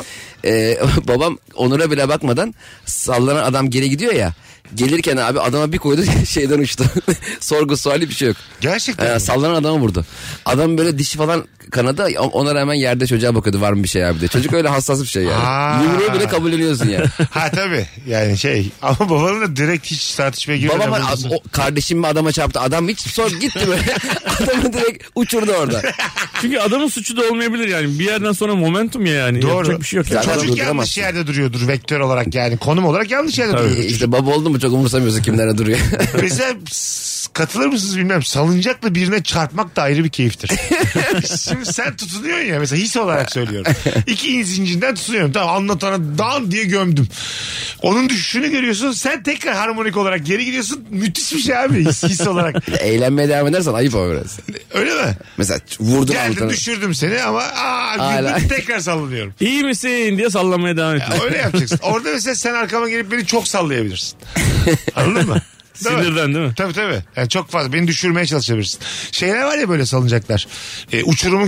Babam Onur'a bile bakmadan sallanan adam geri gidiyor ya. Gelirken abi adama bir koydu şeyden uçtu. Sorgu suali bir şey yok. Gerçekten. Sallanan adama vurdu. Adam böyle dişi falan kanadı, ona rağmen yerde çocuğa bakıyordu var mı bir şey abi diye. Çocuk öyle hassas bir şey yani. Yumruğu bile kabulleniyorsun yani. Ha tabii yani ama babanın da direkt hiç tartışmaya girmeden. Babam kardeşim mi adama çarptı. Adam hiç gitti böyle. Adamı direkt uçurdu orada. Çünkü adamın suçu da olmayabilir yani. Bir yerden sonra momentum ya yani. Doğru. Yapacak bir şey yok. Zaten Çocuk yanlış yerde duruyordur vektör olarak yani. Konum olarak yanlış yerde duruyordur. İşte baba oldu mu çok umursamıyorsun kimlere duruyor. Mesela katılır mısınız bilmem. Salıncakla birine çarpmak da ayrı bir keyiftir. Şimdi sen tutunuyorsun ya mesela his olarak söylüyorum. 2 zincinden tutunuyorum. Tamam anlatana dan diye gömdüm. Onun düşüşünü görüyorsun. Sen tekrar harmonik olarak geri gidiyorsun. Müthiş bir şey abi his olarak. Eğlenmeye devam edersen ayıp o biraz. Öyle mi? Mesela vurdum Geldim düşürdüm seni ama güldüm, tekrar sallanıyorum. İyi misin diye sallamaya devam et. Öyle yapacaksın. Orada mesela sen arkama gelip beni çok sallayabilirsin. Anladın mı? Sinirden değil mi? Tabii. Yani çok fazla beni düşürmeye çalışabilirsin. Şeyler var ya böyle salıncaklar. Uçurumun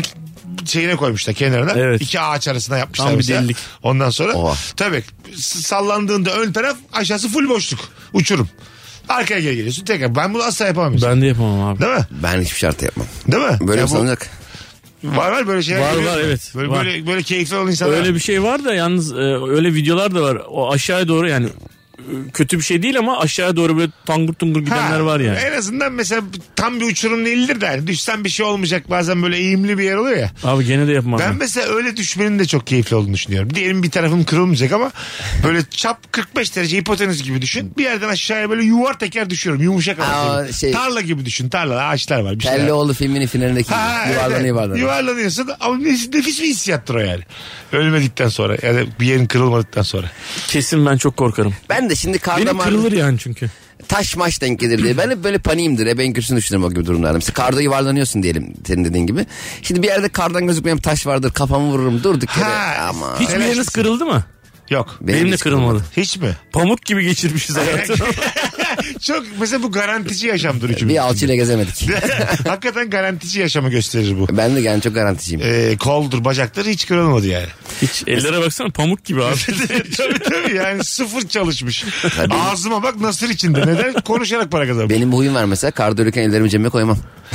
şeyine koymuşlar kenarına. Evet. 2 ağaç arasına yapmışlar. Tam bir mesela. delilik. Ondan sonra Oha. tabii sallandığında ön taraf aşağısı full boşluk. Uçurum. Arkaya geri geliyorsun tekrar. Ben bunu asla yapamam. Ben de yapamam abi. Değil mi? Ben hiçbir şart yapmam. Değil mi? Böyle Ya mi bu- sanacak? Var böyle şeyler. Var, görüyorum. var, evet. Böyle, Var. böyle keyifli olan insanlar. Öyle bir şey var da yalnız öyle videolar da var. O aşağıya doğru yani kötü bir şey değil ama aşağıya doğru böyle tangur tungur gidenler var yani. En azından mesela tam bir uçurum değildir de yani düşsen bir şey olmayacak, bazen böyle eğimli bir yer oluyor ya. Abi gene de yapmam. Ben mesela öyle düşmenin de çok keyifli olduğunu düşünüyorum. Diyelim bir tarafım kırılmayacak ama böyle çap 45 derece hipotenüs gibi düşün. Bir yerden aşağıya böyle yuvar teker düşüyorum. Yumuşak ama. Aa, şey- Tarla gibi düşün. Tarla, ağaçlar var. Bir şeyler. Tellioğlu filminin finalindeki Ha, yuvarlanıyor evet. yuvarlanıyor. Yuvarlanıyorsun ama nefis bir hissiyattır o yani. Ölmedikten sonra ya da bir yerin kırılmadıktan sonra. Kesin ben çok korkarım. Ben de şimdi karda Benim kırılır yani çünkü. taş maş denk gelir diye. Ben hep böyle paniğimdir. En kötüsünü düşünürüm o gibi durumlarda. Mesela karda yuvarlanıyorsun diyelim senin dediğin gibi. Şimdi bir yerde kardan gözükmeyen bir taş vardır. Kafamı vururum durduk yere. Ha, Ama Hiç bir yeriniz kırıldı mı? Yok. Benim de hiç kırılmadı. Hiç mi? Pamuk gibi geçirmişiz hayatı. Çok mesela bu garantici yaşamdır üçümüz. Bir alçıyla gezemedik. Hakikaten garantici yaşamı gösterir bu. Ben de yani çok garanticiyim. Koldur, bacakları hiç kırılmadı yani. Hiç ellere baksana pamuk gibi abi. tabii yani sıfır çalışmış. Ağzıma bak nasır içinde. Neden? Konuşarak para kazanmış. Benim bu huyum var mesela. Karda ölürken ellerimi cebime koymam.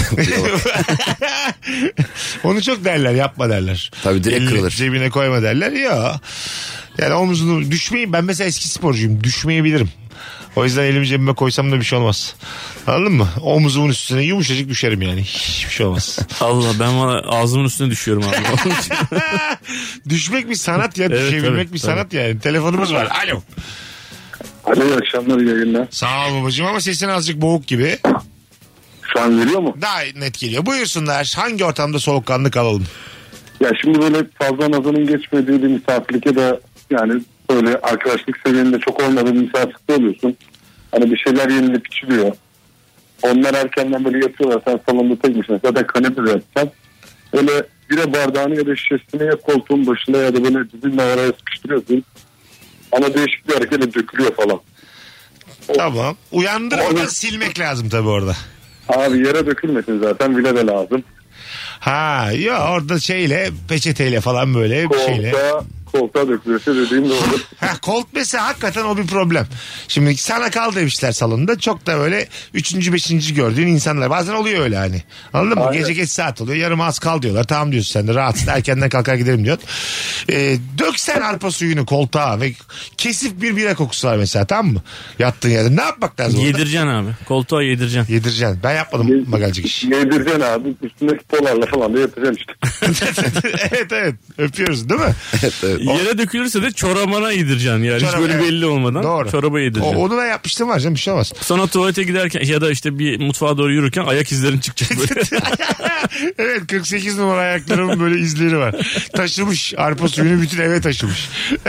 Onu çok derler, yapma derler. Tabii direkt Elini kırılır. cebine koyma derler ya. Yani omzunu düşmeyi, ben mesela eski sporcuyum, düşmeyebilirim. O yüzden elimi cebime koysam da bir şey olmaz. Anladın mı? Omuzumun üstüne yumuşacık düşerim yani. Hiçbir şey olmaz. Allah ben valla ağzımın üstüne düşüyorum abi. Onun için. Düşmek bir sanat ya. Evet, Düşebilmek tabii, bir sanat yani. Telefonumuz var. Alo. Alo, iyi akşamlar, iyi yayınlar. Sağ ol babacığım ama sesin azıcık boğuk gibi. Şu an geliyor mu? Daha net geliyor. Buyursunlar. Hangi ortamda soğukkanlı kalalım? Ya şimdi böyle fazla nazarın geçmediği bir misafirlik ya da yani böyle arkadaşlık seviyeninde çok olmadığı bir misafirlikte oluyorsun. Hani bir şeyler yenilip içiliyor. Onlar erkenden böyle yatıyorlar. Sen salonda tekmişsin. Zaten kanepede yatacaksın. Böyle bira bardağını ya da şişesini ya koltuğun başında ya da böyle dizinle araya sıkıştırıyorsun. Ama değişik bir hareketle dökülüyor falan. Tamam. Uyandırmadan Orada- silmek lazım tabii orada. Abi yere dökülmesin zaten, bile de lazım. Ha ya orada şeyle, peçeteyle falan böyle bir şeyle. Koltuğa dökülüyorsa dediğim doğru. Ha, kolt mesela hakikaten o bir problem. Şimdi sana kal demişler salonda. Çok da böyle 3. 5. gördüğün insanlar. Bazen oluyor öyle hani. Anladın mı? Aynen. Gece geç saat oluyor. Yarım az kal diyorlar. Tamam diyorsun sen de rahatsın. Erkenden kalkar giderim diyor. Döksen arpa suyunu koltuğa ve kesif bir bira kokusu var mesela, tamam mı? Yattığın yerde. Ne yapmak lazım orada? Yedireceksin abi. Koltuğa yedireceksin. Yedireceksin. Ben yapmadım magalcık iş. Yedireceksin abi. Üstündeki polarla falan da yatacaksın işte. evet. Öpüyoruz değil mi? Yere dökülürse de çorabana yedireceksin yani. Çorap, Hiç böyle evet. belli olmadan Doğru. çoraba yedireceksin. Onu ben yapmıştım var canım, bir şey olmaz. Sonra tuvalete giderken ya da işte bir mutfağa doğru yürürken ayak izlerin çıkacak böyle. Evet, 48 numara ayaklarımın böyle izleri var. Taşımış arpa suyunu, bütün eve taşımış.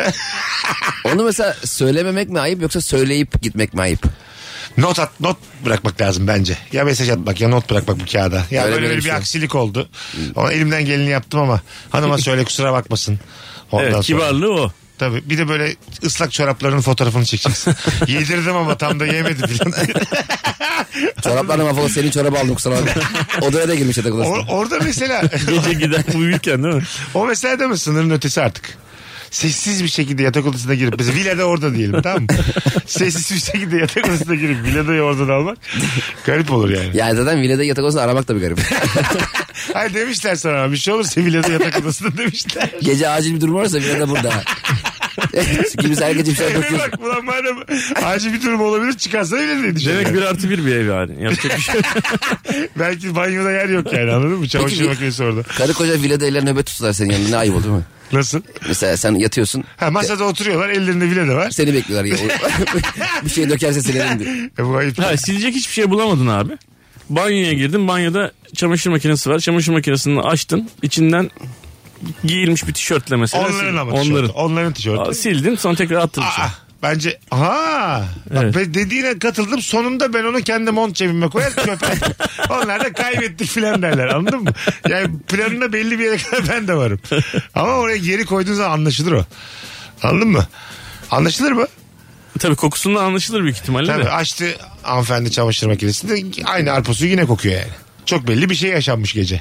Onu mesela söylememek mi ayıp yoksa söyleyip gitmek mi ayıp? Not bırakmak lazım bence. Ya mesaj atmak ya not bırakmak bu kağıda. Ya Öyle böyle bir bir şey. aksilik oldu. Ama elimden geleni yaptım ama hanıma söyle kusura bakmasın. Ondan Evet, sonra. kibarlığı o. Tabii bir de böyle ıslak çoraplarının fotoğrafını çekeceksin. Yedirdim ama tam da yemedi falan. Çoraplarla mahvoldu, senin çorabı aldım kusura bakma. Odaya da girmiş yatak odasına. Orada mesela Gece gider uyurken değil mi? o mesela değil mi sınırın ötesi artık. Sessiz bir şekilde yatak odasına girip mesela villada orada diyelim, tamam mı? Sessiz bir şekilde yatak odasına girip villadayı oradan almak garip olur yani. Yani zaten villada yatak odasını aramak da bir garip. Hayır demişler sana, bir şey olursa villada yatak odasında demişler. Gece acil bir durum varsa villada burada. Kimse her gece bir şey Evet döküyorsun. bak ulan madem acil bir durum olabilir çıkarsa villadaydı. Demek 1+1 bir ev yani. Yapacak bir şey yok. Belki banyoda yer yok yani, anladın mı? Çamaşır Peki, makinesi orada. Karı koca villada eller nöbet tutsalar senin yanında, ne ayıp olur değil mi? Nasıl? Mesela sen yatıyorsun. Ha, masada oturuyorlar, ellerinde villada var. Seni bekliyorlar. Bir şey dökerse silerim diye. Bu ayıp. Ha, silecek hiçbir şey bulamadın abi. Banyoya girdin. Banyoda çamaşır makinesi var. Çamaşır makinesini açtın. İçinden giyilmiş bir tişörtle mesela. Onların ama Onların. tişörtü. Onların tişörtü. Aa, sildin sonra tekrar attın içine. Bence bak Evet. ben dediğine katıldım. Sonunda ben onu kendi mont cebime koyar köpeğim. Onlar da kaybettik filan derler, anladın mı? Yani planında belli bir yere kadar ben de varım. Ama oraya geri koyduğun zaman anlaşılır o. Anladın mı? Anlaşılır mı? Tabii kokusundan anlaşılır büyük ihtimalle Tabii de. açtı hanımefendi çamaşır makinesinde, aynı arpa suyu yine kokuyor yani. Çok belli bir şey yaşanmış gece.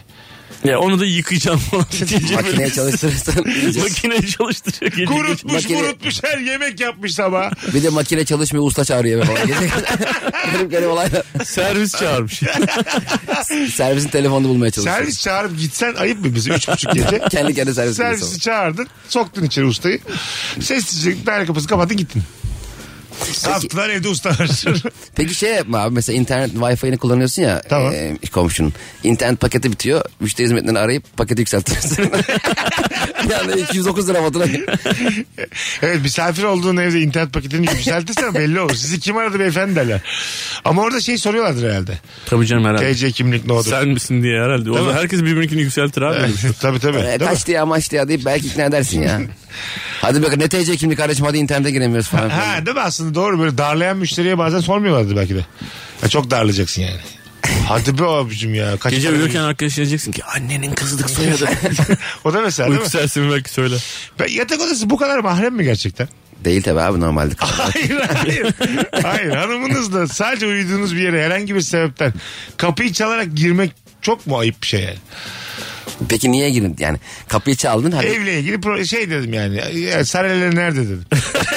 Ya onu da yıkayacağım falan. Makineye çalıştırırsan. Makineyi çalıştırıyor. Kurutmuş her yemek yapmış sabah. Bir de makine çalışmıyor, usta çağırıyor eve falan. Benim olaylar. Servis çağırmış. Servisin telefonunu bulmaya çalışıyor. Servis çağırıp gitsen ayıp mı bize 3.30 gece? Kendi kendine Servisi çağırdın, soktun içeri ustayı. Sessizce daire kapısını kapattın gittin. Sattılar evde usta var. Peki şey yapma abi, mesela internet Wi-Fi'ni kullanıyorsun ya, tamam. Komşunun. İnternet paketi bitiyor. Müşteri hizmetlerini arayıp paketi yükseltiyorsun. Yani 209 lira fatura. Evet, misafir olduğun evde internet paketini yükseltirsen belli olur. Sizi kim aradı beyefendi derler. Ama orada şey soruyorlardır herhalde. Tabii canım, herhalde. TC kimlik ne olur? Sen misin diye herhalde. O zaman herkes birbirininkini yükseltir abi. Tabii. Kaçtı ya maçtı ya deyip belki ikna edersin ya. Hadi bakın ne TC kimlik kardeşim, hadi internete giremiyoruz falan. Ha değil mi, aslında doğru, böyle darlayan müşteriye bazen sormuyorlardı belki de. Ya çok darlayacaksın yani. Hadi be abicim ya. Kaç gece uyurken arkadaşına diyeceksin ki annenin kızlık soyadı. O da mesela değil mi? Uyku sersemi belki söyle. Yatak odası bu kadar mahrem mi gerçekten? Değil tabii abi, normalde. Hayır hanımınızla sadece uyuduğunuz bir yere herhangi bir sebepten kapıyı çalarak girmek çok mu ayıp bir şey yani? Peki niye girin yani, kapıyı çaldın hadi. Evle ilgili şey dedim yani, Sarayeli nerede dedim.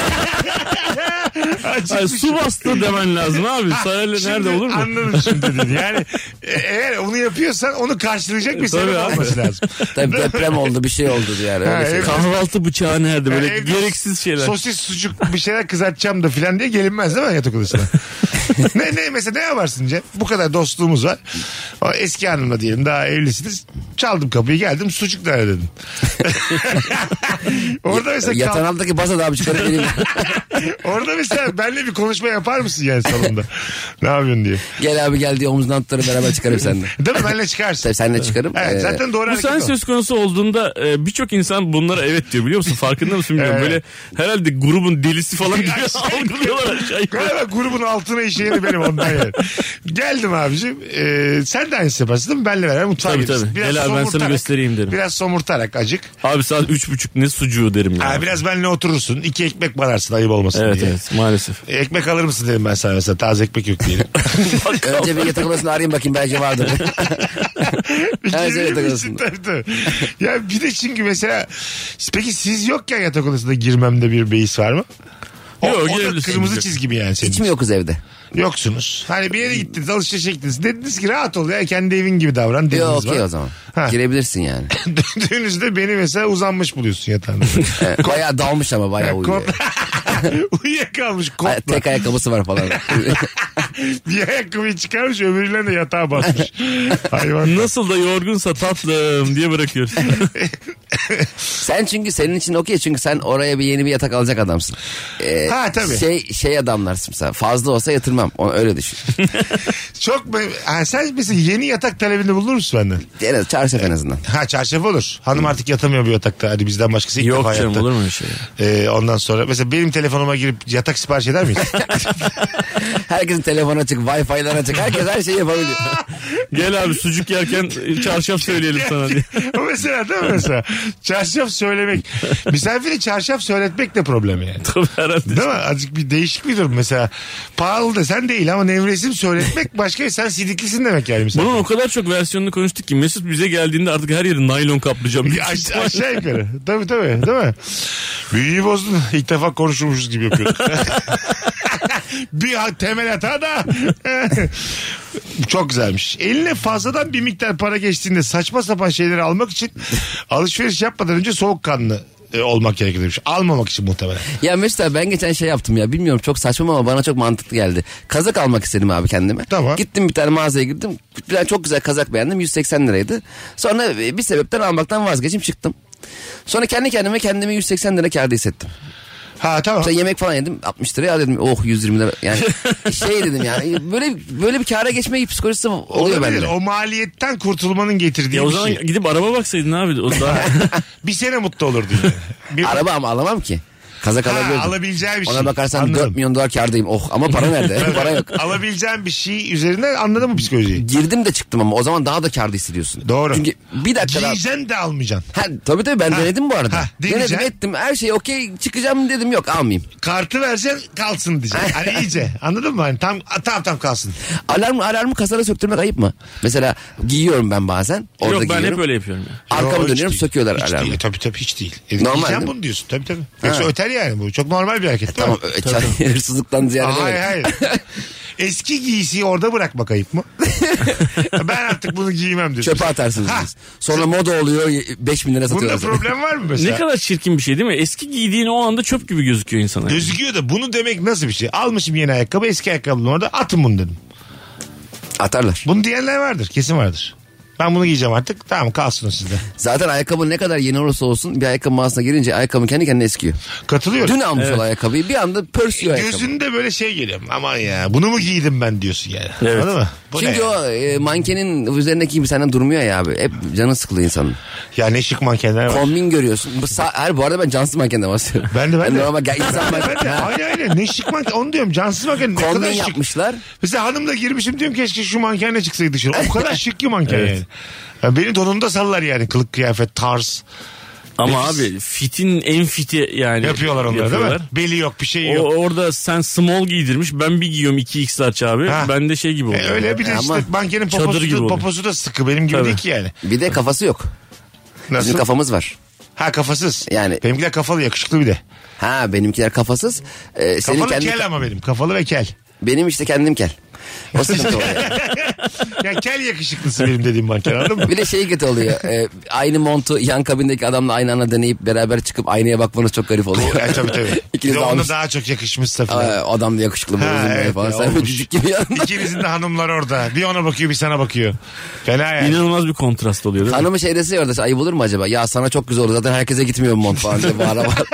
Ay, su bastı demen lazım abi. Sarayeli nerede olur mu? Anladım şimdi dedi. Yani eğer onu yapıyorsan onu karşılayacak bir sebep olması lazım. Tabii deprem oldu, bir şey oldu yani. Öyle şey. Kahvaltı bıçağı nerede? Böyle gereksiz şeyler. Sosis, sucuk bir şeyler kızartacağım da filan diye gelinmez değil mi yatak odasına? ne mesela ne yaparsın Cem? Bu kadar dostluğumuz var. O eski hanımla diyelim, daha evlisiniz. Çaldım kapıyı, geldim, sucuk nerede dedim. Orada mesela yatağın altındaki basa da abi çıkarıp geleyim. Orada mesela benimle bir konuşma yapar mısın yani salonda? Ne yapıyorsun diye. Gel abi gel diye omuzdan tutarım, beraber çıkarım seninle. Değil mi? Benimle çıkarsın. Tabii seninle çıkarım. Evet, zaten doğru bu hareket sen o. söz konusu olduğunda birçok insan bunlara evet diyor, biliyor musun? Farkında mısın bilmiyorum. Evet. Böyle herhalde grubun delisi falan gibi algılıyorlar aşağı yukarı. Galiba grubun altına işeyeni benim ondan yani. Geldim abicim. Sen de aynısı yaparsın değil mi? Benle beraber mutfağa Tabii gelirsin. tabii. Biraz Gel abi ben sana göstereyim derim. Biraz somurtarak acık. Abi saat 3.30 ne sucuğu derim ya. Biraz benimle oturursun. 2 ekmek banarsın ayıp olmasın Evet diye. evet maalesef. Ekmek alır mısın dedim ben sana mesela. Taze ekmek yok diyelim. Önce bir yatak odasını arayayım bakayım, belki vardır. Her şey yatak odasında. Tabii. Ya bir de çünkü mesela peki siz yokken yatak odasına girmemde bir beis var mı? Yok, O da girebilirsin. kırmızı çizgi mi yani senin? Hiç mi yokuz evde? Yoksunuz. Hani bir yere gittiniz, alışverişe gittiniz. Dediniz ki rahat ol ya, kendi evin gibi davran dediniz. Yok okey bana. o zaman. Ha. Girebilirsin yani. Döndüğünüzde beni mesela uzanmış buluyorsun yatağında. Bayağı dalmış ama bayağı uyuyor. Uyuyakalmış kotla. Tek ayakkabısı var falan. Bir ayakkabıyı çıkarmış, öbürüyle de yatağa basmış. Hayvan. Nasıl da yorgunsa tatlım diye bırakıyoruz. Sen çünkü senin için okey, çünkü sen oraya bir yeni bir yatak alacak adamsın. Ha tabii. Şey adamlarsın mesela, fazla olsa yatırmam. Onu öyle düşün. Çok sen mesela yeni yatak talebinde bulunur musun benden? Evet, çarşaf en azından. Ha çarşaf olur. Hanım artık yatamıyor bu yatakta. Hadi bizden başkası ilk Yok defa canım yattı. olur mu öyle şey? Ondan sonra mesela benim telefonuma girip yatak sipariş eder miyiz? Herkesin telefonu açık, Wi-Fi'ler açık. Herkes her şeyi yapabiliyor. Gel abi sucuk yerken çarşaf söyleyelim sana diye. O mesela değil mi mesela? Çarşaf söylemek. Misafire çarşaf söyletmek de problem yani. Tabii herhalde. Değil mi? Azıcık bir değişik bir durum mesela. Pahalı desen değil ama nevresim söyletmek başka. Sen sidiklisin demek yani misafir. Bunun o kadar çok versiyonunu konuştuk ki Mesut bize geldiğinde artık her yeri naylon kaplayacağım. Aşağı yukarı. Tabii değil mi? Büyüyü bozdun. İlk defa konuşulmuşuz gibi yapıyorduk. Bir temel hata da. Çok güzelmiş. Eline fazladan bir miktar para geçtiğinde saçma sapan şeyleri almak için alışveriş yapmadan önce soğukkanlı olmak gerekir demiş. Almamak için muhtemelen. Ya mesela ben geçen şey yaptım ya, bilmiyorum çok saçma ama bana çok mantıklı geldi. Kazak almak istedim abi kendime. Tamam. Gittim bir tane mağazaya girdim. Bir tane çok güzel kazak beğendim, 180 liraydı. Sonra bir sebepten almaktan vazgeçip çıktım. Sonra kendi kendime 180 lira kârda hissettim. Ha tamam. Mesela yemek falan yedim 60 liraya, dedim oh 120 lira. Yani şey dedim yani böyle bir kâra geçme psikolojisi oluyor bende. O maliyetten kurtulmanın getirdiği Ya o bir zaman şey. gidip araba baksaydın abi. O daha... Bir sene mutlu olurdun yani. Araba ama alamam ki. Kazak alabilirdim. Alabileceği bir şey. Ona bakarsan Anladım. 4 milyon dolar kârdayım. Oh, ama para nerede? Para yok. Alabileceğin bir şey üzerine anladın mı psikolojiyi? Girdim de çıktım ama o zaman daha da kârda hissediyorsun. Doğru. Çünkü bir dakika daha... Giyeceksin de almayacaksın. Tabii ben denedim bu arada. deneyeceksin. Denedim ettim her şey okey, çıkacağım dedim, yok almayayım. Kartı vereceksin kalsın diyeceksin. Hani iyice anladın mı? Hani tam kalsın. Alarmı kasara söktürmek ayıp mı? Mesela giyiyorum ben bazen. Orada Yok ben giyiyorum. hep öyle yapıyorum. Ya. Yo, Arkamı hiç dönüyorum, değil. söküyorlar Hiç alarmı. değil. Tabii hiç değil. Normal Giyeceğim değil bunu diyorsun. Tabii. Yoksa öter yani bu. Çok normal bir hareket. Tamam, hırsızlıktan ziyade Hayır. Eski giysiyi orada bırakmak ayıp mı? Ben artık bunu giymem diyorsun. çöpe atarsınız siz. Sonra moda oluyor, 5 bin lira Bunda satıyorlar. problem var mı mesela? Ne kadar çirkin bir şey değil mi? Eski giydiğin o anda çöp gibi gözüküyor insana. Gözüküyor da bunu demek nasıl bir şey? Almışım yeni ayakkabı, eski ayakkabının orada, atın bunu dedim. Atarlar. Bunu diyenler vardır, kesin vardır. Ben bunu giyeceğim artık, tamam kalsın o sizde. Zaten ayakkabı ne kadar yeni olursa olsun bir ayakkabı mağazasına girince ayakkabı kendi kendine eskiyor. Katılıyorum. Dün almış olan ayakkabıyı bir anda pörsüyor ayakkabı. Gözünde böyle şey geliyor. Aman ya bunu mu giydim ben diyorsun yani. Evet. Anladın mı? Bu Çünkü ne? o mankenin üzerindeki gibi senden durmuyor ya abi. Hep canı sıkılıyor insanın. Ya ne şık mankenler var. Kombin görüyorsun. Bu arada ben cansız mankenden bahsediyorum. Ben de. Normal insan Ben de manken. aynen ne şık manken onu diyorum, cansız manken ne Kombin kadar şık. yapmışlar. Mesela hanımla girmişim diyorum keşke şu mankenle çıksaydı dışarı. O kadar şık ki manken yani. Ya beni donunda sallar yani, kılık kıyafet tarz. Ama Nefis. abi fitin en fiti yani. Yapıyorlar onları değil mi? Beli yok, bir şey yok. Orada sen small giydirmiş, ben bir giyiyorum 2x large abi. Ha. Ben de şey gibi oluyor. Öyle bir de Ama işte mankenin çadır gibi oluyor. poposu da sıkı, benim gibi Tabii. değil ki yani. Bir de kafası yok. Nasıl? Bizim kafamız var. Ha kafasız. Yani- Benimkiler kafalı, yakışıklı bir de. Ha, benimkiler kafasız. Senin Kafalı kendi, kel ama benim. Kafalı ve kel. benim işte kendim kel. O sıkıntı oluyor. Ya kel yakışıklısı benim dediğim manken, anladın mı? Bir de şey kötü oluyor. Aynı montu yan kabindeki adamla aynı anda deneyip beraber çıkıp aynaya bakmanız çok garip oluyor. Tabii. Bir İkiniz de de ona almış. daha çok yakışmışsa falan. Adam da yakışıklı böyle Ha, uzun böyle evet falan. ya, Sen böyle olmuş. cücük gibi yanında. İkinizin de hanımlar orada. Bir ona bakıyor, bir sana bakıyor. Fena yani. İnanılmaz bir kontrast oluyor değil mi? Hanımı şey dese ya orada, ayıp olur mu acaba? Ya sana çok güzel olur, zaten herkese gitmiyor bu mont falan diye bağıra bağıra.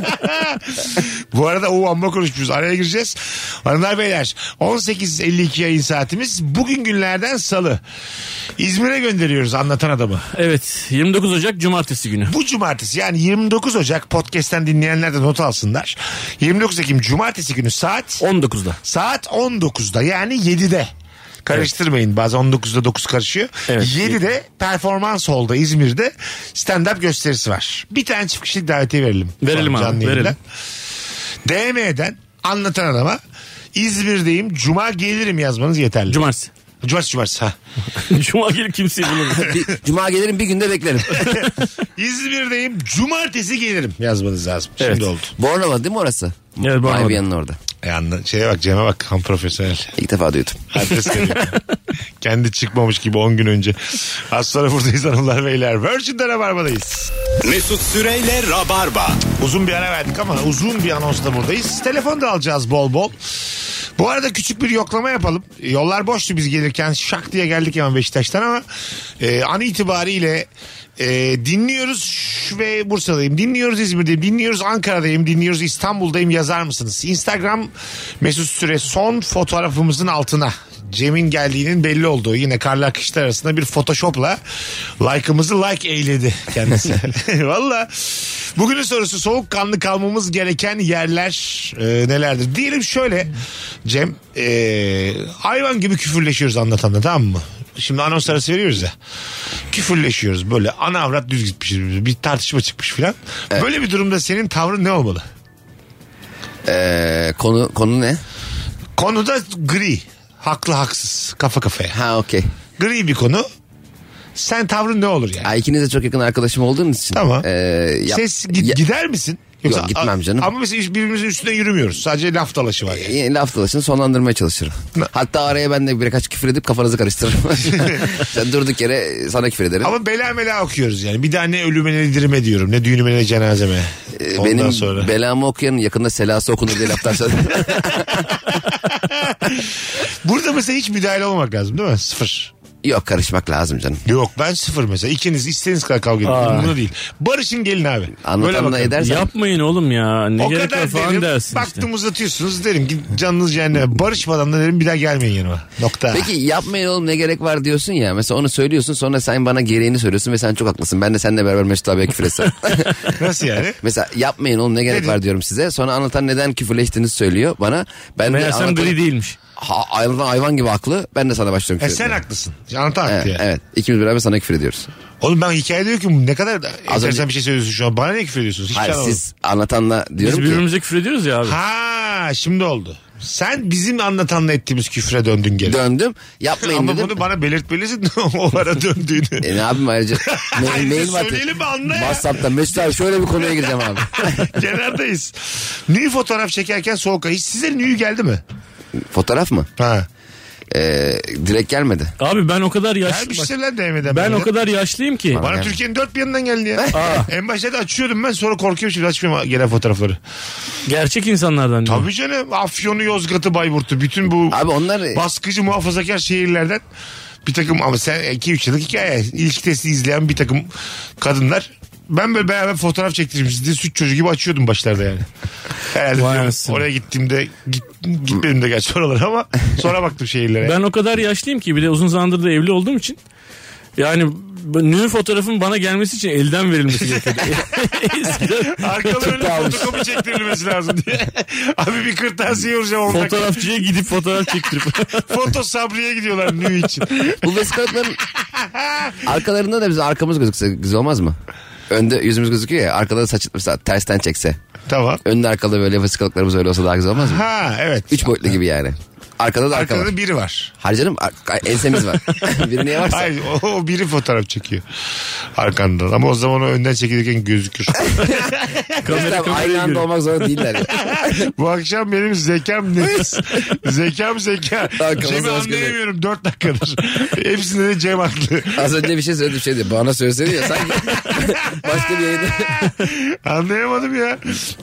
Bu arada amma konuşmuşuz. Araya gireceğiz. Hanımlar beyler, 18.52 yayın saatimiz. Bugün günlerden salı. İzmir'e gönderiyoruz Anlatan Adamı. Evet, 29 Ocak Cumartesi günü. Bu cumartesi, yani 29 Ocak, podcast'ten dinleyenler de not alsınlar. 29 Ekim Cumartesi günü saat 19'da. 19'da, yani 7'de. Karıştırmayın, bazen 19'da 9 karışıyor. Evet. 7'de Performans Hall'da İzmir'de stand-up gösterisi var. Bir tane çift kişilik davetiye verelim. Verelim abi, Canlı yayında. verelim. DM'den Anlatan Adama İzmir'deyim, Cuma gelirim yazmanız yeterli. Cumartesi. Cumartesi ha. Cuma gelip kimseyi bulamadım. Cuma gelirim, bir günde beklerim. İzmir'deyim, Cumartesi gelirim yazmanız lazım. Şimdi Evet. oldu. Bornova değil mi orası? Evet, Bornova'da. IBM'in orada. Şeye bak, Cem'e bak, ham profesyonel. İlk defa duydum. Adres veriyor. Kendi çıkmamış gibi 10 gün önce. Az sonra buradayız hanımlar beyler. Virgin'de Rabarba'dayız. Mesut Süreyle Rabarba. Uzun bir ara verdik ama uzun bir anonsla buradayız. Telefon da alacağız bol bol. Bu arada küçük bir yoklama yapalım. Yollar boştu biz gelirken. Şak diye geldik hemen Beşiktaş'tan ama an itibariyle dinliyoruz ve Bursa'dayım, dinliyoruz İzmir'deyim, dinliyoruz Ankara'dayım, dinliyoruz İstanbul'dayım yazar mısınız? Instagram Mesut Süre son fotoğrafımızın altına Cem'in geldiğinin belli olduğu, yine karlar kışlar arasında bir photoshopla like'ımızı like eyledi kendisi. Valla bugünün sorusu, soğukkanlı kalmamız gereken yerler nelerdir? Diyelim şöyle Cem, hayvan gibi küfürleşiyoruz anlatanda, tamam mı? Şimdi anons arası veriyoruz ya. Küfürleşiyoruz böyle, ana avrat düz gitmişiz, bir tartışma çıkmış filan. Evet. Böyle bir durumda senin tavrın ne olmalı? Konu ne? Konu da gri. Haklı haksız, kafa kafaya. Ha, okey. Gri bir konu. Sen tavrın ne olur yani? İkiniz de çok yakın arkadaşım olduğunuz için. Tamam. Ses gider misin? Yoksa, Yok, gitmem canım. Ama mesela birbirimizin üstüne yürümüyoruz. Sadece laf dalaşı var yani. Laf dalaşını sonlandırmaya çalışırım. Hatta araya ben de birkaç küfür edip kafanızı karıştırırım. Sen durduk yere sana küfür ederim. Ama bela okuyoruz yani. Bir daha ne ölüme ne dirime diyorum. Ne düğünüme ne cenazeme. Ondan Benim sonra. belamı okuyanın yakında selası okunur diye laflar söyledim. Burada mesela hiç müdahale olmamak lazım değil mi? Sıfır. Yok, karışmak lazım canım. Yok, ben sıfır mesela. İkiniz istediğiniz kadar kavga edin. Bunu değil. Barış'ın gelin abi. Anlatanla edersen. Yapmayın oğlum ya. Ne o gerek kadar var falan derim. dersin Baktım işte. uzatıyorsunuz, derim ki canınız cehenneme. Barışmadan da derim bir daha gelmeyin yanıma. Nokta. Peki yapmayın oğlum ne gerek var diyorsun ya. Mesela onu söylüyorsun, sonra sen bana gereğini söylüyorsun ve sen çok haklısın. Ben de seninle beraber Mesut abiye küfür etsem. Nasıl yani? Mesela yapmayın oğlum ne gerek var diyorum size. Sonra anlatan neden küfürleştiğinizi söylüyor bana. Ben de Meğersem gri değilmiş. Anlatan hayvan gibi haklı. Ben de sana başlıyorum küfür Sen etmeye. haklısın. Anlatan haklı Evet, ya. evet. İkimiz beraber sana küfür ediyoruz. Oğlum ben hikayede diyor ki ne kadar enteresan önce- bir şey söylüyorsun şu an. Bana ne küfür ediyorsunuz? Hiç Hayır, anlamadım. siz anlatanla Biz diyorum ki. birbirimize küfür ediyoruz ya abi. Ha, şimdi oldu. Sen bizim anlatanla ettiğimiz küfre döndün geri. Döndüm. Yapmayın Ama dedim. bunu bana belirtmelisin o ara döndüğünü. Ne yapayım ayrıca? Mail mi atayım? Söyleyelim mi, anla ya. WhatsApp'ta Mesut abi şöyle bir konuya gireceğim abi. Kenardayız. Nü fotoğraf çekerken soğuk. Hiç size nü geldi mi? Fotoğraf mı? Ha. Direkt gelmedi. Abi ben o kadar yaşlı. Gelmiştir lan DM'den. Ben bana. o kadar yaşlıyım ki. Bana Yani. Türkiye'nin dört bir yanından geldi ya. En başta da açıyordum ben, sonra korkuyorum şimdi açmıyorum gelen fotoğrafları. Gerçek insanlardan diyorum. Tabii canım, Afyon'u, Yozgat'ı, Bayburt'u, bütün bu Abi onlar baskıcı muhafazakar şehirlerden bir takım, ama sen 2-3 yıllık hikaye, ilişki testi izleyen bir takım kadınlar, ben böyle beraber fotoğraf çektirmişiz diye süt çocuğu gibi açıyordum başlarda yani. Herhalde Vay diyorum, anasını. oraya gittiğimde gitmedim de gerçi oralara, ama sonra baktım şehirlere. Ben o kadar yaşlıyım ki, bir de uzun zamandır da evli olduğum için. Yani nü fotoğrafın bana gelmesi için elden verilmesi gerekiyordu. Eskiden Arkalarına fotokopi çektirilmesi lazım diye. Abi bir kırtasiye vuracağım 10 dakika. fotoğrafçıya gidip fotoğraf çektirip. Foto Sabri'ye gidiyorlar nü için. bu vesikalıkların arkalarında da bizim arkamız gözükse güzel olmaz mı? Önde yüzümüz gözüküyor ya, arkada da saç mesela tersten çekse. Tamam. Önde arkada böyle vesikalıklarımız öyle olsa daha güzel olmaz mı? Ha evet. 3 boyutlu gibi yani. Arkada da arka Arkada var. da biri var. Harcanım ensemiz var. Biri niye varsa. Hayır, o biri fotoğraf çekiyor arkandan, ama o zaman o önden çekilirken gözükür. Tabii aynı anda olmak zorunda değiller. Ya. Bu akşam benim zekam nefis. Zekam zeka. Arkamızda Cem'i başka anlayamıyorum 4 dakikadır. Hepsinde de Cem haklı. Az önce bir şey söyledim, şey diye. Bana söylesene ya sanki başka bir yayında. Anlayamadım ya.